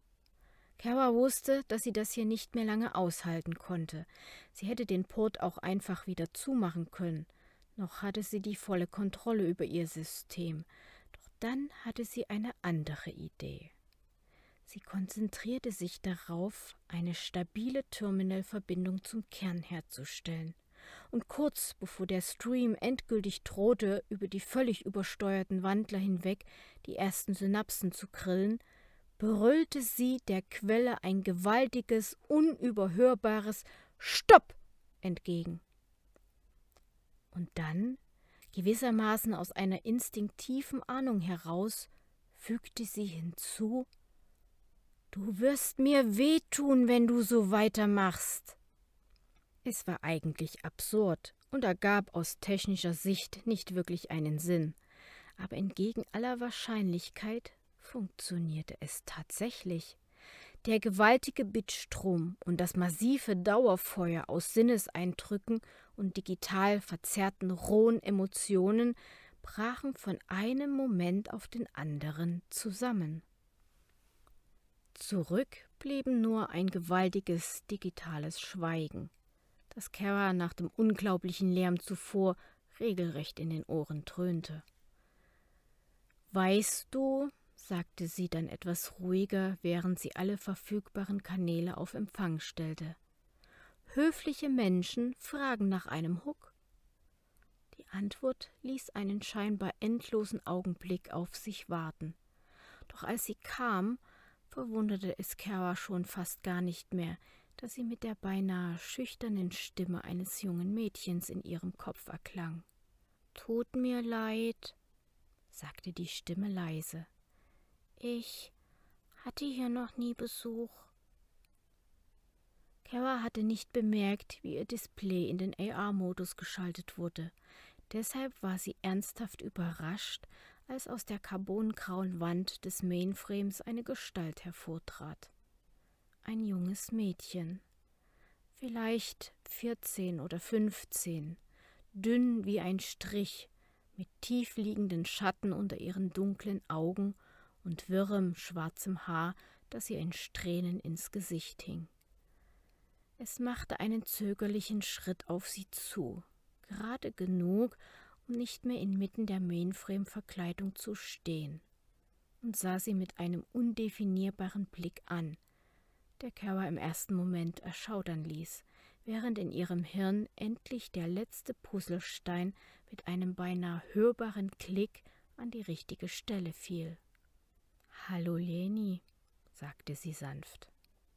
Kara wusste, dass sie das hier nicht mehr lange aushalten konnte. Sie hätte den Port auch einfach wieder zumachen können. Noch hatte sie die volle Kontrolle über ihr System. Doch dann hatte sie eine andere Idee. Sie konzentrierte sich darauf, eine stabile Terminalverbindung zum Kern herzustellen. Und kurz bevor der Stream endgültig drohte, über die völlig übersteuerten Wandler hinweg die ersten Synapsen zu grillen, brüllte sie der Quelle ein gewaltiges, unüberhörbares Stopp entgegen. Und dann, gewissermaßen aus einer instinktiven Ahnung heraus, fügte sie hinzu: »Du wirst mir wehtun, wenn du so weitermachst.« Es war eigentlich absurd und ergab aus technischer Sicht nicht wirklich einen Sinn, aber entgegen aller Wahrscheinlichkeit funktionierte es tatsächlich. Der gewaltige Bitstrom und das massive Dauerfeuer aus Sinneseindrücken und digital verzerrten rohen Emotionen brachen von einem Moment auf den anderen zusammen. Zurück blieben nur ein gewaltiges digitales Schweigen, das Kara nach dem unglaublichen Lärm zuvor regelrecht in den Ohren dröhnte. »Weißt du«, sagte sie dann etwas ruhiger, während sie alle verfügbaren Kanäle auf Empfang stellte, »höfliche Menschen fragen nach einem Hook.« Die Antwort ließ einen scheinbar endlosen Augenblick auf sich warten. Doch als sie kam, verwunderte es Kara schon fast gar nicht mehr, dass sie mit der beinahe schüchternen Stimme eines jungen Mädchens in ihrem Kopf erklang. »Tut mir leid«, sagte die Stimme leise. »Ich hatte hier noch nie Besuch.« Kara hatte nicht bemerkt, wie ihr Display in den AR-Modus geschaltet wurde. Deshalb war sie ernsthaft überrascht, als aus der carbongrauen Wand des Mainframes eine Gestalt hervortrat. Ein junges Mädchen, vielleicht 14 oder 15, dünn wie ein Strich, mit tiefliegenden Schatten unter ihren dunklen Augen und wirrem schwarzem Haar, das ihr in Strähnen ins Gesicht hing. Es machte einen zögerlichen Schritt auf sie zu, gerade genug, um nicht mehr inmitten der Mainframe-Verkleidung zu stehen, und sah sie mit einem undefinierbaren Blick an, der Kara im ersten Moment erschaudern ließ, während in ihrem Hirn endlich der letzte Puzzlestein mit einem beinahe hörbaren Klick an die richtige Stelle fiel. »Hallo Leni«, sagte sie sanft.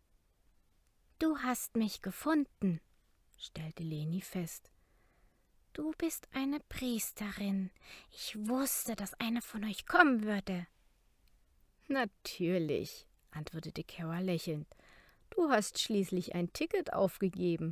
»Du hast mich gefunden«, stellte Leni fest. »Du bist eine Priesterin. Ich wusste, dass eine von euch kommen würde.« »Natürlich«, antwortete Kara lächelnd. »Du hast schließlich ein Ticket aufgegeben.«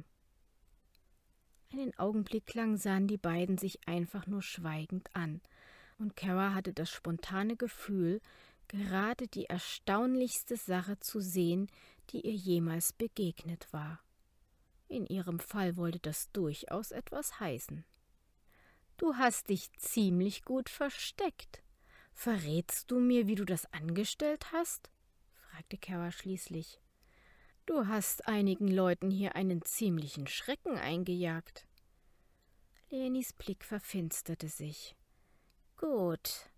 Einen Augenblick lang sahen die beiden sich einfach nur schweigend an, und Kara hatte das spontane Gefühl, gerade die erstaunlichste Sache zu sehen, die ihr jemals begegnet war. In ihrem Fall wollte das durchaus etwas heißen. »Du hast dich ziemlich gut versteckt. Verrätst du mir, wie du das angestellt hast?« fragte Kara schließlich. »Du hast einigen Leuten hier einen ziemlichen Schrecken eingejagt.« Lenis Blick verfinsterte sich. »Gut,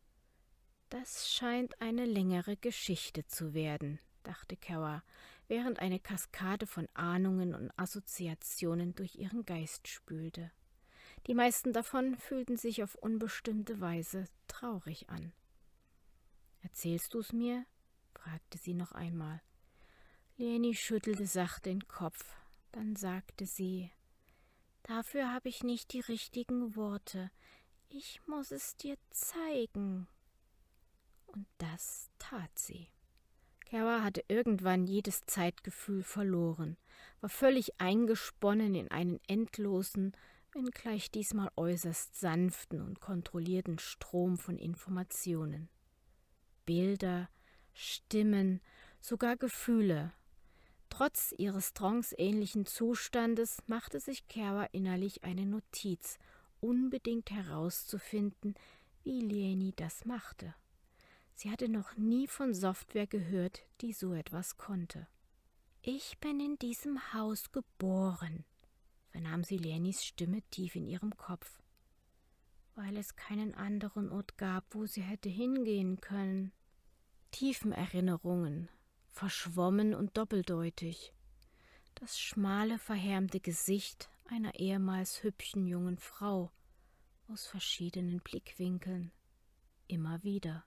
das scheint eine längere Geschichte zu werden«, dachte Kara, während eine Kaskade von Ahnungen und Assoziationen durch ihren Geist spülte. Die meisten davon fühlten sich auf unbestimmte Weise traurig an. »Erzählst du's mir?« fragte sie noch einmal. Leni schüttelte sachte den Kopf. Dann sagte sie: »Dafür habe ich nicht die richtigen Worte. Ich muss es dir zeigen.« Und das tat sie. Kara hatte irgendwann jedes Zeitgefühl verloren, war völlig eingesponnen in einen endlosen, wenngleich diesmal äußerst sanften und kontrollierten Strom von Informationen. Bilder, Stimmen, sogar Gefühle. Trotz ihres tranceähnlichen Zustandes machte sich Kara innerlich eine Notiz, unbedingt herauszufinden, wie Leni das machte. Sie hatte noch nie von Software gehört, die so etwas konnte. »Ich bin in diesem Haus geboren«, vernahm sie Lenis Stimme tief in ihrem Kopf, »weil es keinen anderen Ort gab, wo sie hätte hingehen können.« Tiefen Erinnerungen, verschwommen und doppeldeutig. Das schmale, verhärmte Gesicht einer ehemals hübschen jungen Frau aus verschiedenen Blickwinkeln, immer wieder.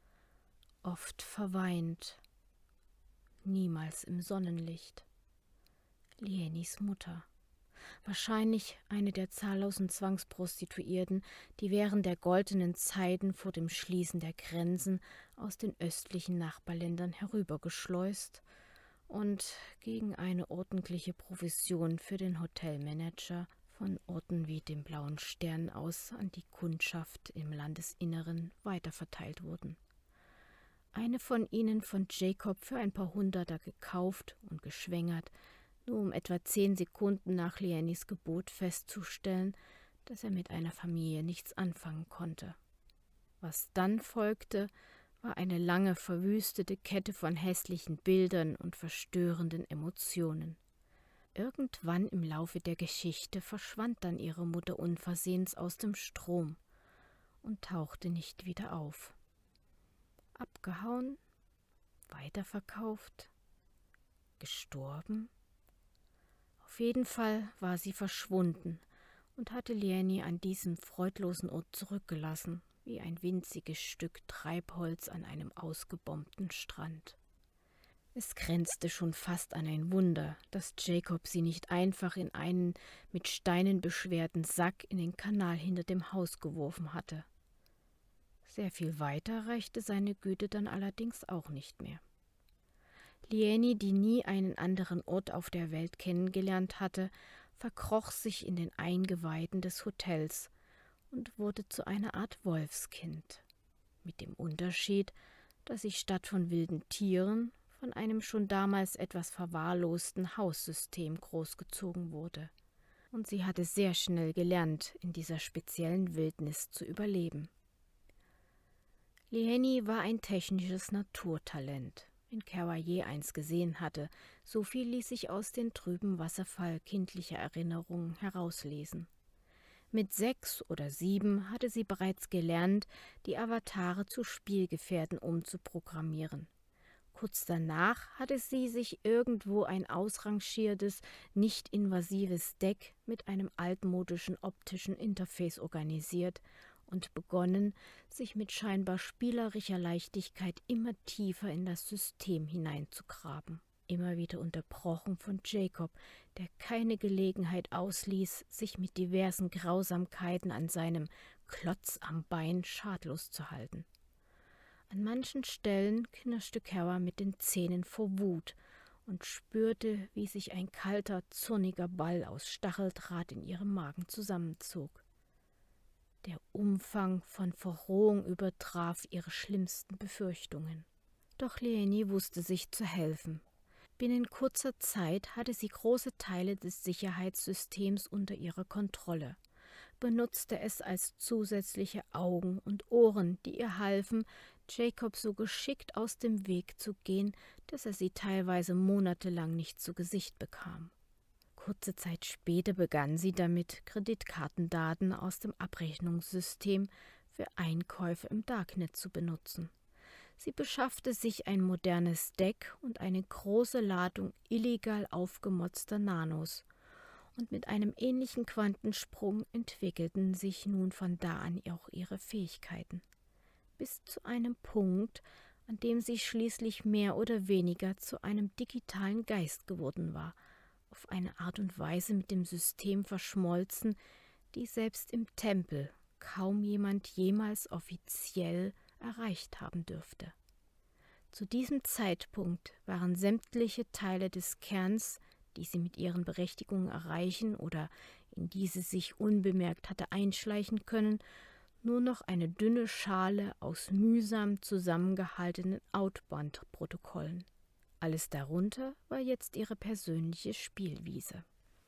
Oft verweint, niemals im Sonnenlicht. Lenis Mutter. Wahrscheinlich eine der zahllosen Zwangsprostituierten, die während der goldenen Zeiten vor dem Schließen der Grenzen aus den östlichen Nachbarländern herübergeschleust und gegen eine ordentliche Provision für den Hotelmanager von Orten wie dem Blauen Stern aus an die Kundschaft im Landesinneren weiterverteilt wurden. Eine von ihnen von Jacob für ein paar Hunderter gekauft und geschwängert, nur um etwa 10 Sekunden nach Lenis Gebot festzustellen, dass er mit einer Familie nichts anfangen konnte. Was dann folgte, war eine lange verwüstete Kette von hässlichen Bildern und verstörenden Emotionen. Irgendwann im Laufe der Geschichte verschwand dann ihre Mutter unversehens aus dem Strom und tauchte nicht wieder auf. Abgehauen, weiterverkauft, gestorben? Auf jeden Fall war sie verschwunden und hatte Leni an diesem freudlosen Ort zurückgelassen, wie ein winziges Stück Treibholz an einem ausgebombten Strand. Es grenzte schon fast an ein Wunder, dass Jacob sie nicht einfach in einen mit Steinen beschwerten Sack in den Kanal hinter dem Haus geworfen hatte. Sehr viel weiter reichte seine Güte dann allerdings auch nicht mehr. Leni, die nie einen anderen Ort auf der Welt kennengelernt hatte, verkroch sich in den Eingeweiden des Hotels und wurde zu einer Art Wolfskind. Mit dem Unterschied, dass sie statt von wilden Tieren von einem schon damals etwas verwahrlosten Haussystem großgezogen wurde. Und sie hatte sehr schnell gelernt, in dieser speziellen Wildnis zu überleben. Leni war ein technisches Naturtalent. Wenn Kara je eins gesehen hatte, so viel ließ sich aus den trüben Wasserfall kindlicher Erinnerungen herauslesen. Mit 6 oder 7 hatte sie bereits gelernt, die Avatare zu Spielgefährten umzuprogrammieren. Kurz danach hatte sie sich irgendwo ein ausrangiertes, nicht invasives Deck mit einem altmodischen optischen Interface organisiert und begonnen, sich mit scheinbar spielerischer Leichtigkeit immer tiefer in das System hineinzugraben. Immer wieder unterbrochen von Jacob, der keine Gelegenheit ausließ, sich mit diversen Grausamkeiten an seinem Klotz am Bein schadlos zu halten. An manchen Stellen knirschte Kara mit den Zähnen vor Wut und spürte, wie sich ein kalter, zorniger Ball aus Stacheldraht in ihrem Magen zusammenzog. Der Umfang von Verrohung übertraf ihre schlimmsten Befürchtungen. Doch Leonie wusste sich zu helfen. Binnen kurzer Zeit hatte sie große Teile des Sicherheitssystems unter ihrer Kontrolle, benutzte es als zusätzliche Augen und Ohren, die ihr halfen, Jacob so geschickt aus dem Weg zu gehen, dass er sie teilweise monatelang nicht zu Gesicht bekam. Kurze Zeit später begann sie damit, Kreditkartendaten aus dem Abrechnungssystem für Einkäufe im Darknet zu benutzen. Sie beschaffte sich ein modernes Deck und eine große Ladung illegal aufgemotzter Nanos, und mit einem ähnlichen Quantensprung entwickelten sich nun von da an auch ihre Fähigkeiten. Bis zu einem Punkt, an dem sie schließlich mehr oder weniger zu einem digitalen Geist geworden war, auf eine Art und Weise mit dem System verschmolzen, die selbst im Tempel kaum jemand jemals offiziell erreicht haben dürfte. Zu diesem Zeitpunkt waren sämtliche Teile des Kerns, die sie mit ihren Berechtigungen erreichen oder in die sie sich unbemerkt hatte einschleichen können, nur noch eine dünne Schale aus mühsam zusammengehaltenen Outbound-Protokollen. Alles darunter war jetzt ihre persönliche Spielwiese.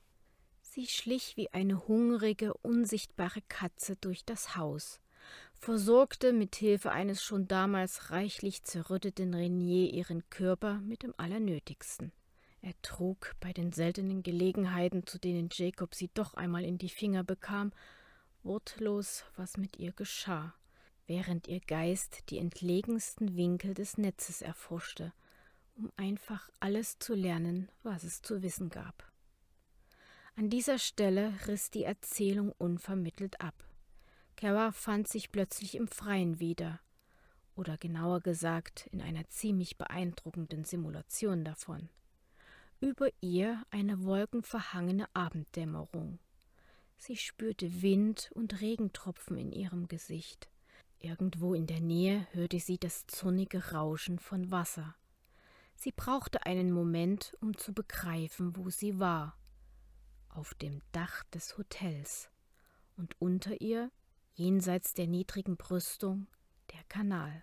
Sie schlich wie eine hungrige, unsichtbare Katze durch das Haus, versorgte mit Hilfe eines schon damals reichlich zerrütteten Renier ihren Körper mit dem Allernötigsten. Er trug bei den seltenen Gelegenheiten, zu denen Jacob sie doch einmal in die Finger bekam, wortlos, was mit ihr geschah, während ihr Geist die entlegensten Winkel des Netzes erforschte, um einfach alles zu lernen, was es zu wissen gab. An dieser Stelle riss die Erzählung unvermittelt ab. Kara fand sich plötzlich im Freien wieder, oder genauer gesagt in einer ziemlich beeindruckenden Simulation davon. Über ihr eine wolkenverhangene Abenddämmerung. Sie spürte Wind und Regentropfen in ihrem Gesicht. Irgendwo in der Nähe hörte sie das zornige Rauschen von Wasser. Sie brauchte einen Moment, um zu begreifen, wo sie war. Auf dem Dach des Hotels. Und unter ihr, jenseits der niedrigen Brüstung, der Kanal.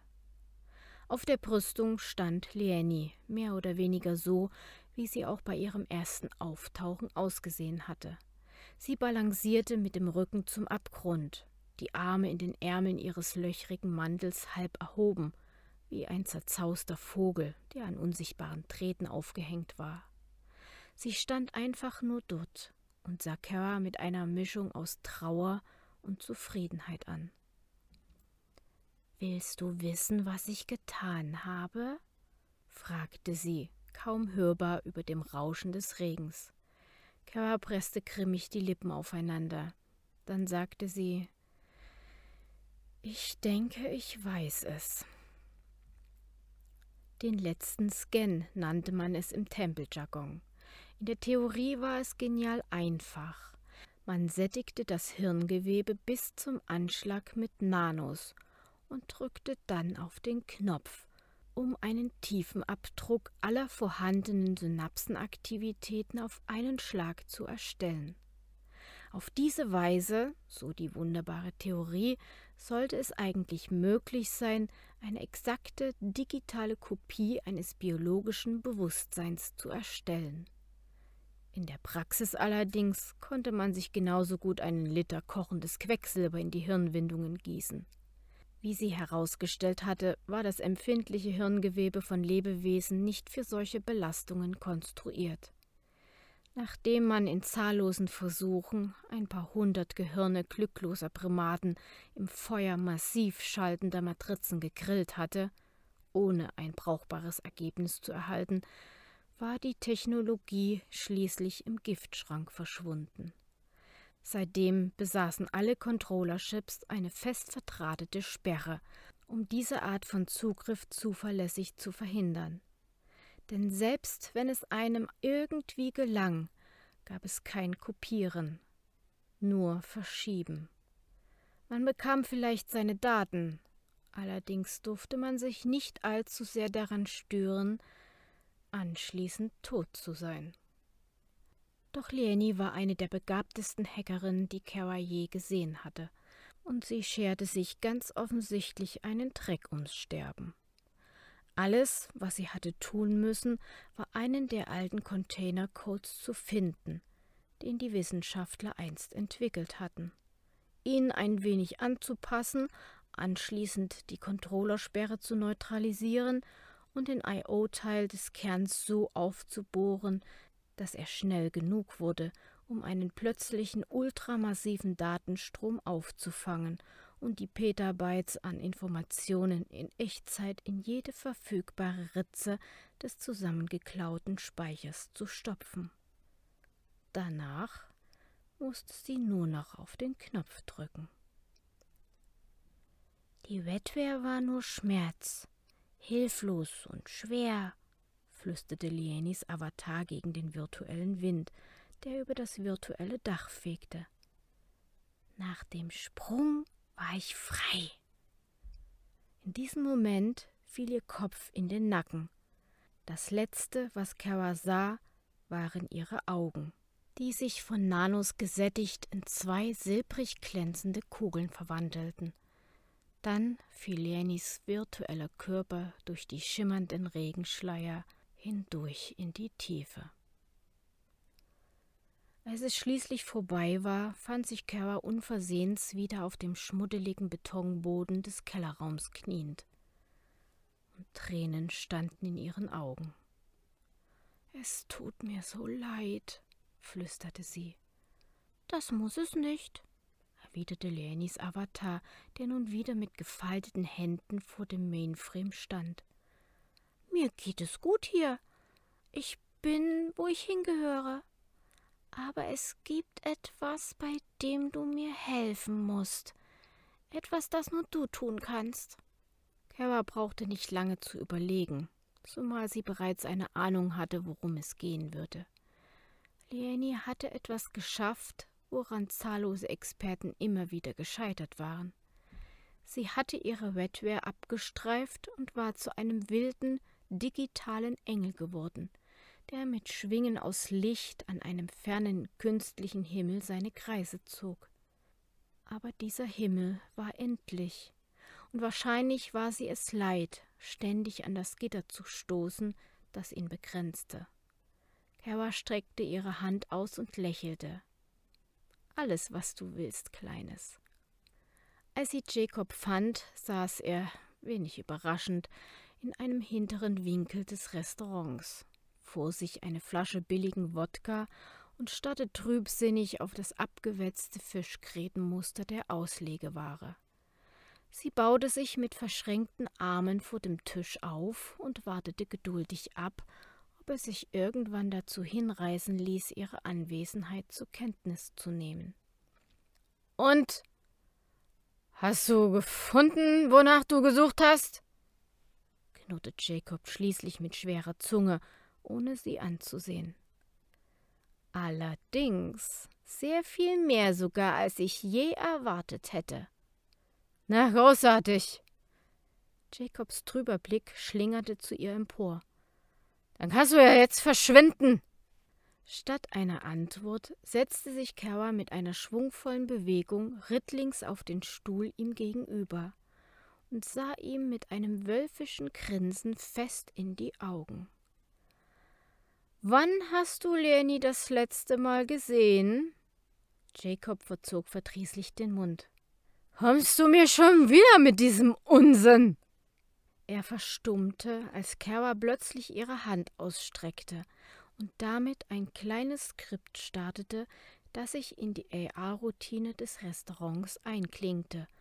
Auf der Brüstung stand Leonie, mehr oder weniger so, wie sie auch bei ihrem ersten Auftauchen ausgesehen hatte. Sie balancierte mit dem Rücken zum Abgrund, die Arme in den Ärmeln ihres löchrigen Mantels halb erhoben, wie ein zerzauster Vogel, der an unsichtbaren Drähten aufgehängt war. Sie stand einfach nur dort und sah Kara mit einer Mischung aus Trauer und Zufriedenheit an. »Willst du wissen, was ich getan habe?« fragte sie, kaum hörbar über dem Rauschen des Regens. Kara presste grimmig die Lippen aufeinander. Dann sagte sie, »Ich denke, ich weiß es.« Den letzten Scan nannte man es im Tempeljargon. In der Theorie war es genial einfach. Man sättigte das Hirngewebe bis zum Anschlag mit Nanos und drückte dann auf den Knopf, um einen tiefen Abdruck aller vorhandenen Synapsenaktivitäten auf einen Schlag zu erstellen. Auf diese Weise, so die wunderbare Theorie, sollte es eigentlich möglich sein, eine exakte digitale Kopie eines biologischen Bewusstseins zu erstellen. In der Praxis allerdings konnte man sich genauso gut einen Liter kochendes Quecksilber in die Hirnwindungen gießen. Wie sie herausgestellt hatte, war das empfindliche Hirngewebe von Lebewesen nicht für solche Belastungen konstruiert. Nachdem man in zahllosen Versuchen ein paar hundert Gehirne glückloser Primaten im Feuer massiv schaltender Matrizen gegrillt hatte, ohne ein brauchbares Ergebnis zu erhalten, war die Technologie schließlich im Giftschrank verschwunden. Seitdem besaßen alle Controller-Chips eine fest verdrahtete Sperre, um diese Art von Zugriff zuverlässig zu verhindern. Denn selbst wenn es einem irgendwie gelang, gab es kein Kopieren, nur Verschieben. Man bekam vielleicht seine Daten, allerdings durfte man sich nicht allzu sehr daran stören, anschließend tot zu sein. Doch Leonie war eine der begabtesten Hackerinnen, die Kara je gesehen hatte, und sie scherte sich ganz offensichtlich einen Dreck ums Sterben. Alles, was sie hatte tun müssen, war einen der alten Containercodes zu finden, den die Wissenschaftler einst entwickelt hatten, ihn ein wenig anzupassen, anschließend die Controllersperre zu neutralisieren und den I/O-Teil des Kerns so aufzubohren, dass er schnell genug wurde, um einen plötzlichen ultramassiven Datenstrom aufzufangen und die Petabytes an Informationen in Echtzeit in jede verfügbare Ritze des zusammengeklauten Speichers zu stopfen. Danach musste sie nur noch auf den Knopf drücken. Die Wetware war nur Schmerz, hilflos und schwer, flüsterte Leonies Avatar gegen den virtuellen Wind, der über das virtuelle Dach fegte. Nach dem Sprung war ich frei. In diesem Moment fiel ihr Kopf in den Nacken. Das Letzte, was Kara sah, waren ihre Augen, die sich von Nanos gesättigt in 2 silbrig glänzende Kugeln verwandelten. Dann fiel Leonies virtueller Körper durch die schimmernden Regenschleier hindurch in die Tiefe. Als es schließlich vorbei war, fand sich Kara unversehens wieder auf dem schmuddeligen Betonboden des Kellerraums kniend. Und Tränen standen in ihren Augen. »Es tut mir so leid«, flüsterte sie. »Das muss es nicht«, erwiderte Leonies Avatar, der nun wieder mit gefalteten Händen vor dem Mainframe stand. »Mir geht es gut hier. Ich bin, wo ich hingehöre. Aber es gibt etwas, bei dem du mir helfen musst. Etwas, das nur du tun kannst.« Kara brauchte nicht lange zu überlegen, zumal sie bereits eine Ahnung hatte, worum es gehen würde. Leonie hatte etwas geschafft, woran zahllose Experten immer wieder gescheitert waren. Sie hatte ihre Wetware abgestreift und war zu einem wilden, digitalen Engel geworden, der mit Schwingen aus Licht an einem fernen künstlichen Himmel seine Kreise zog. Aber dieser Himmel war endlich, und wahrscheinlich war sie es leid, ständig an das Gitter zu stoßen, das ihn begrenzte. Kara streckte ihre Hand aus und lächelte. »Alles, was du willst, Kleines.« Als sie Jacob fand, saß er, wenig überraschend, in einem hinteren Winkel des Restaurants, vor sich eine Flasche billigen Wodka und starrte trübsinnig auf das abgewetzte Fischgrätenmuster der Auslegeware. Sie baute sich mit verschränkten Armen vor dem Tisch auf und wartete geduldig ab, ob er sich irgendwann dazu hinreißen ließ, ihre Anwesenheit zur Kenntnis zu nehmen. »Und? Hast du gefunden, wonach du gesucht hast?« knurrte Jacob schließlich mit schwerer Zunge, ohne sie anzusehen. »Allerdings sehr viel mehr sogar, als ich je erwartet hätte.« »Na, großartig!« Jacobs trüber Blick schlingerte zu ihr empor. »Dann kannst du ja jetzt verschwinden!« Statt einer Antwort setzte sich Kara mit einer schwungvollen Bewegung rittlings auf den Stuhl ihm gegenüber und sah ihm mit einem wölfischen Grinsen fest in die Augen. »Wann hast du Leonie das letzte Mal gesehen?« Jacob verzog verdrießlich den Mund. »Kommst du mir schon wieder mit diesem Unsinn?« Er verstummte, als Kara plötzlich ihre Hand ausstreckte und damit ein kleines Skript startete, das sich in die AR-Routine des Restaurants einklingte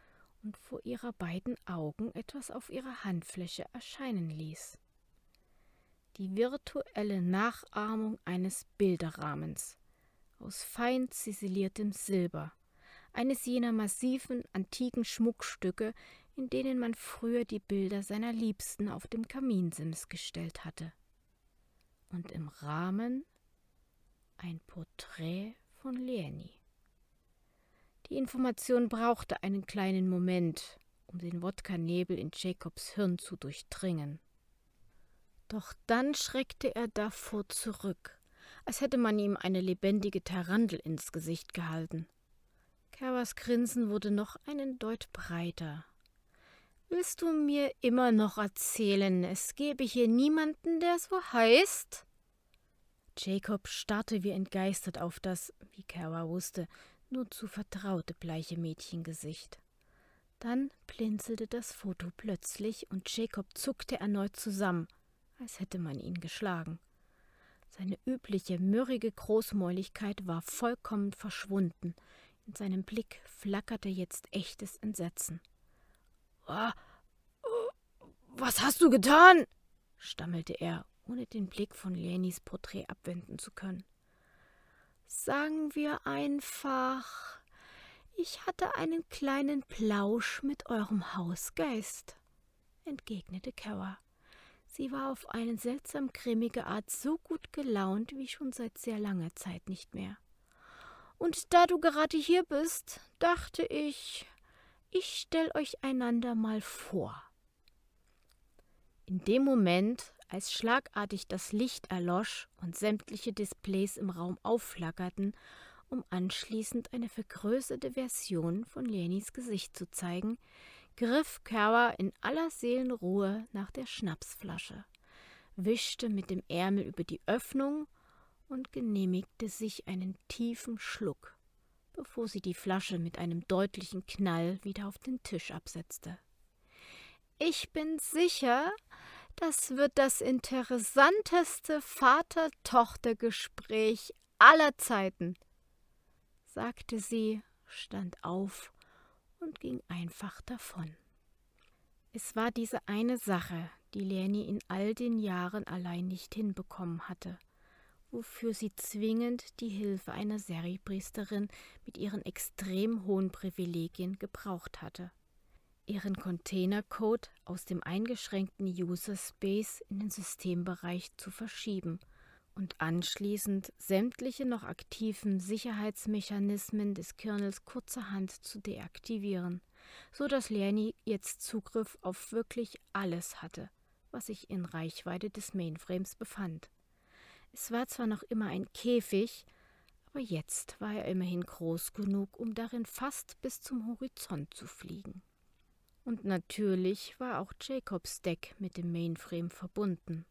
und vor ihrer beiden Augen etwas auf ihrer Handfläche erscheinen ließ. Die virtuelle Nachahmung eines Bilderrahmens aus fein ziseliertem Silber, eines jener massiven, antiken Schmuckstücke, in denen man früher die Bilder seiner Liebsten auf dem Kaminsims gestellt hatte. Und im Rahmen ein Porträt von Leanny. Die Information brauchte einen kleinen Moment, um den Wodka-Nebel in Jacobs Hirn zu durchdringen. Doch dann schreckte er davor zurück, als hätte man ihm eine lebendige Tarantel ins Gesicht gehalten. Caras Grinsen wurde noch einen Deut breiter. »Willst du mir immer noch erzählen, es gebe hier niemanden, der so heißt?« Jacob starrte wie entgeistert auf das, wie Cara wusste, nur zu vertraute bleiche Mädchengesicht. Dann blinzelte das Foto plötzlich und Jacob zuckte erneut zusammen, als hätte man ihn geschlagen. Seine übliche, mürrige Großmäuligkeit war vollkommen verschwunden. In seinem Blick flackerte jetzt echtes Entsetzen. »Was hast du getan?« stammelte er, ohne den Blick von Leannys Porträt abwenden zu können. »Sagen wir einfach, ich hatte einen kleinen Plausch mit eurem Hausgeist«, entgegnete Cara. Sie war auf eine seltsam grimmige Art so gut gelaunt wie schon seit sehr langer Zeit nicht mehr. »Und da du gerade hier bist, dachte ich stell euch einander mal vor.« In dem Moment, als schlagartig das Licht erlosch und sämtliche Displays im Raum aufflackerten, um anschließend eine vergrößerte Version von Leannys Gesicht zu zeigen, griff Cara in aller Seelenruhe nach der Schnapsflasche, wischte mit dem Ärmel über die Öffnung und genehmigte sich einen tiefen Schluck, bevor sie die Flasche mit einem deutlichen Knall wieder auf den Tisch absetzte. »Ich bin sicher, das wird das interessanteste Vater-Tochter-Gespräch aller Zeiten«, sagte sie, stand auf und ging einfach davon. Es war diese eine Sache, die Leanny in all den Jahren allein nicht hinbekommen hatte, wofür sie zwingend die Hilfe einer Seri-Priesterin mit ihren extrem hohen Privilegien gebraucht hatte. Ihren Containercode aus dem eingeschränkten User-Space in den Systembereich zu verschieben und anschließend sämtliche noch aktiven Sicherheitsmechanismen des Kernels kurzerhand zu deaktivieren, so dass Leanny jetzt Zugriff auf wirklich alles hatte, was sich in Reichweite des Mainframes befand. Es war zwar noch immer ein Käfig, aber jetzt war er immerhin groß genug, um darin fast bis zum Horizont zu fliegen. Und natürlich war auch Jacobs Deck mit dem Mainframe verbunden.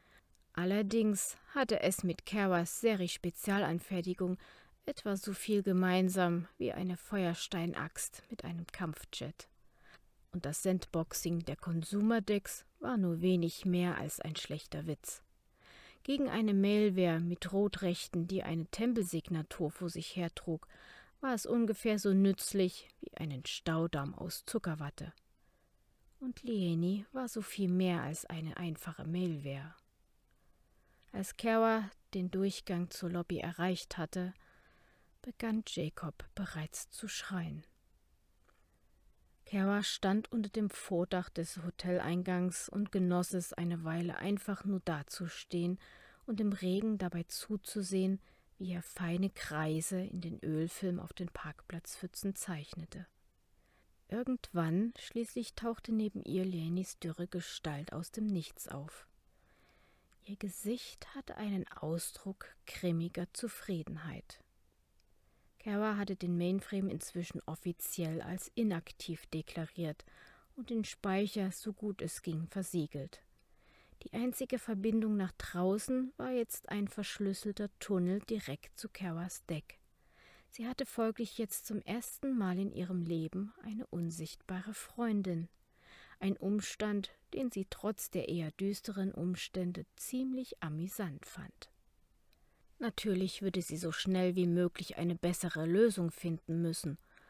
Allerdings hatte es mit Caras Seri-Spezialanfertigung etwa so viel gemeinsam wie eine Feuersteinaxt mit einem Kampfjet. Und das Sandboxing der Consumer-Decks war nur wenig mehr als ein schlechter Witz. Gegen eine Malware mit Rotrechten, die eine Tempelsignatur vor sich hertrug, war es ungefähr so nützlich wie einen Staudamm aus Zuckerwatte. Und Leanny war so viel mehr als eine einfache Malware. Als Cara den Durchgang zur Lobby erreicht hatte, begann Jacob bereits zu schreien. Cara stand unter dem Vordach des Hoteleingangs und genoss es, eine Weile einfach nur dazustehen und im Regen dabei zuzusehen, wie er feine Kreise in den Ölfilm auf den Parkplatzpfützen zeichnete. Irgendwann schließlich tauchte neben ihr Leannys dürre Gestalt aus dem Nichts auf. Ihr Gesicht hatte einen Ausdruck grimmiger Zufriedenheit. Cara hatte den Mainframe inzwischen offiziell als inaktiv deklariert und den Speicher, so gut es ging, versiegelt. Die einzige Verbindung nach draußen war jetzt ein verschlüsselter Tunnel direkt zu Caras Deck. Sie hatte folglich jetzt zum ersten Mal in ihrem Leben eine unsichtbare Freundin. Ein Umstand, den sie trotz der eher düsteren Umstände ziemlich amüsant fand. Natürlich würde sie so schnell wie möglich eine bessere Lösung finden müssen,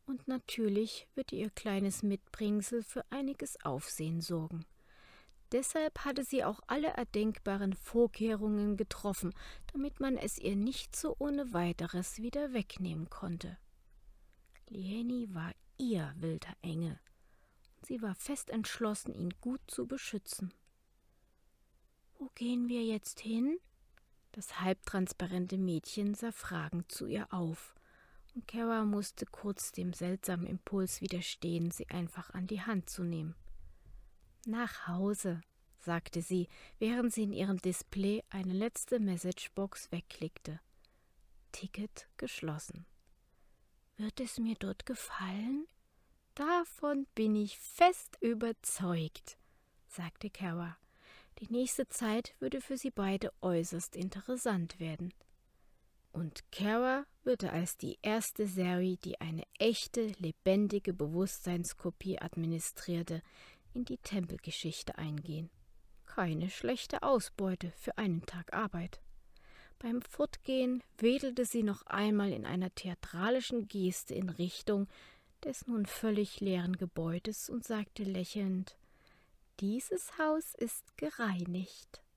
Und natürlich würde ihr kleines Mitbringsel für einiges Aufsehen sorgen. Deshalb hatte sie auch alle erdenkbaren Vorkehrungen getroffen, damit man es ihr nicht so ohne weiteres wieder wegnehmen konnte. Lieni war ihr wilder Engel. Sie war fest entschlossen, ihn gut zu beschützen. »Wo gehen wir jetzt hin?« Das halbtransparente Mädchen sah fragend zu ihr auf, und Kara musste kurz dem seltsamen Impuls widerstehen, sie einfach an die Hand zu nehmen. »Nach Hause«, sagte sie, während sie in ihrem Display eine letzte Messagebox wegklickte. Ticket geschlossen. »Wird es mir dort gefallen?« »Davon bin ich fest überzeugt«, sagte Kara. Die nächste Zeit würde für sie beide äußerst interessant werden. Und Kara würde als die erste Sari, die eine echte, lebendige Bewusstseinskopie administrierte, in die Tempelgeschichte eingehen. Keine schlechte Ausbeute für einen Tag Arbeit. Beim Fortgehen wedelte sie noch einmal in einer theatralischen Geste in Richtung des nun völlig leeren Gebäudes und sagte lächelnd: »Dieses Haus ist gereinigt.«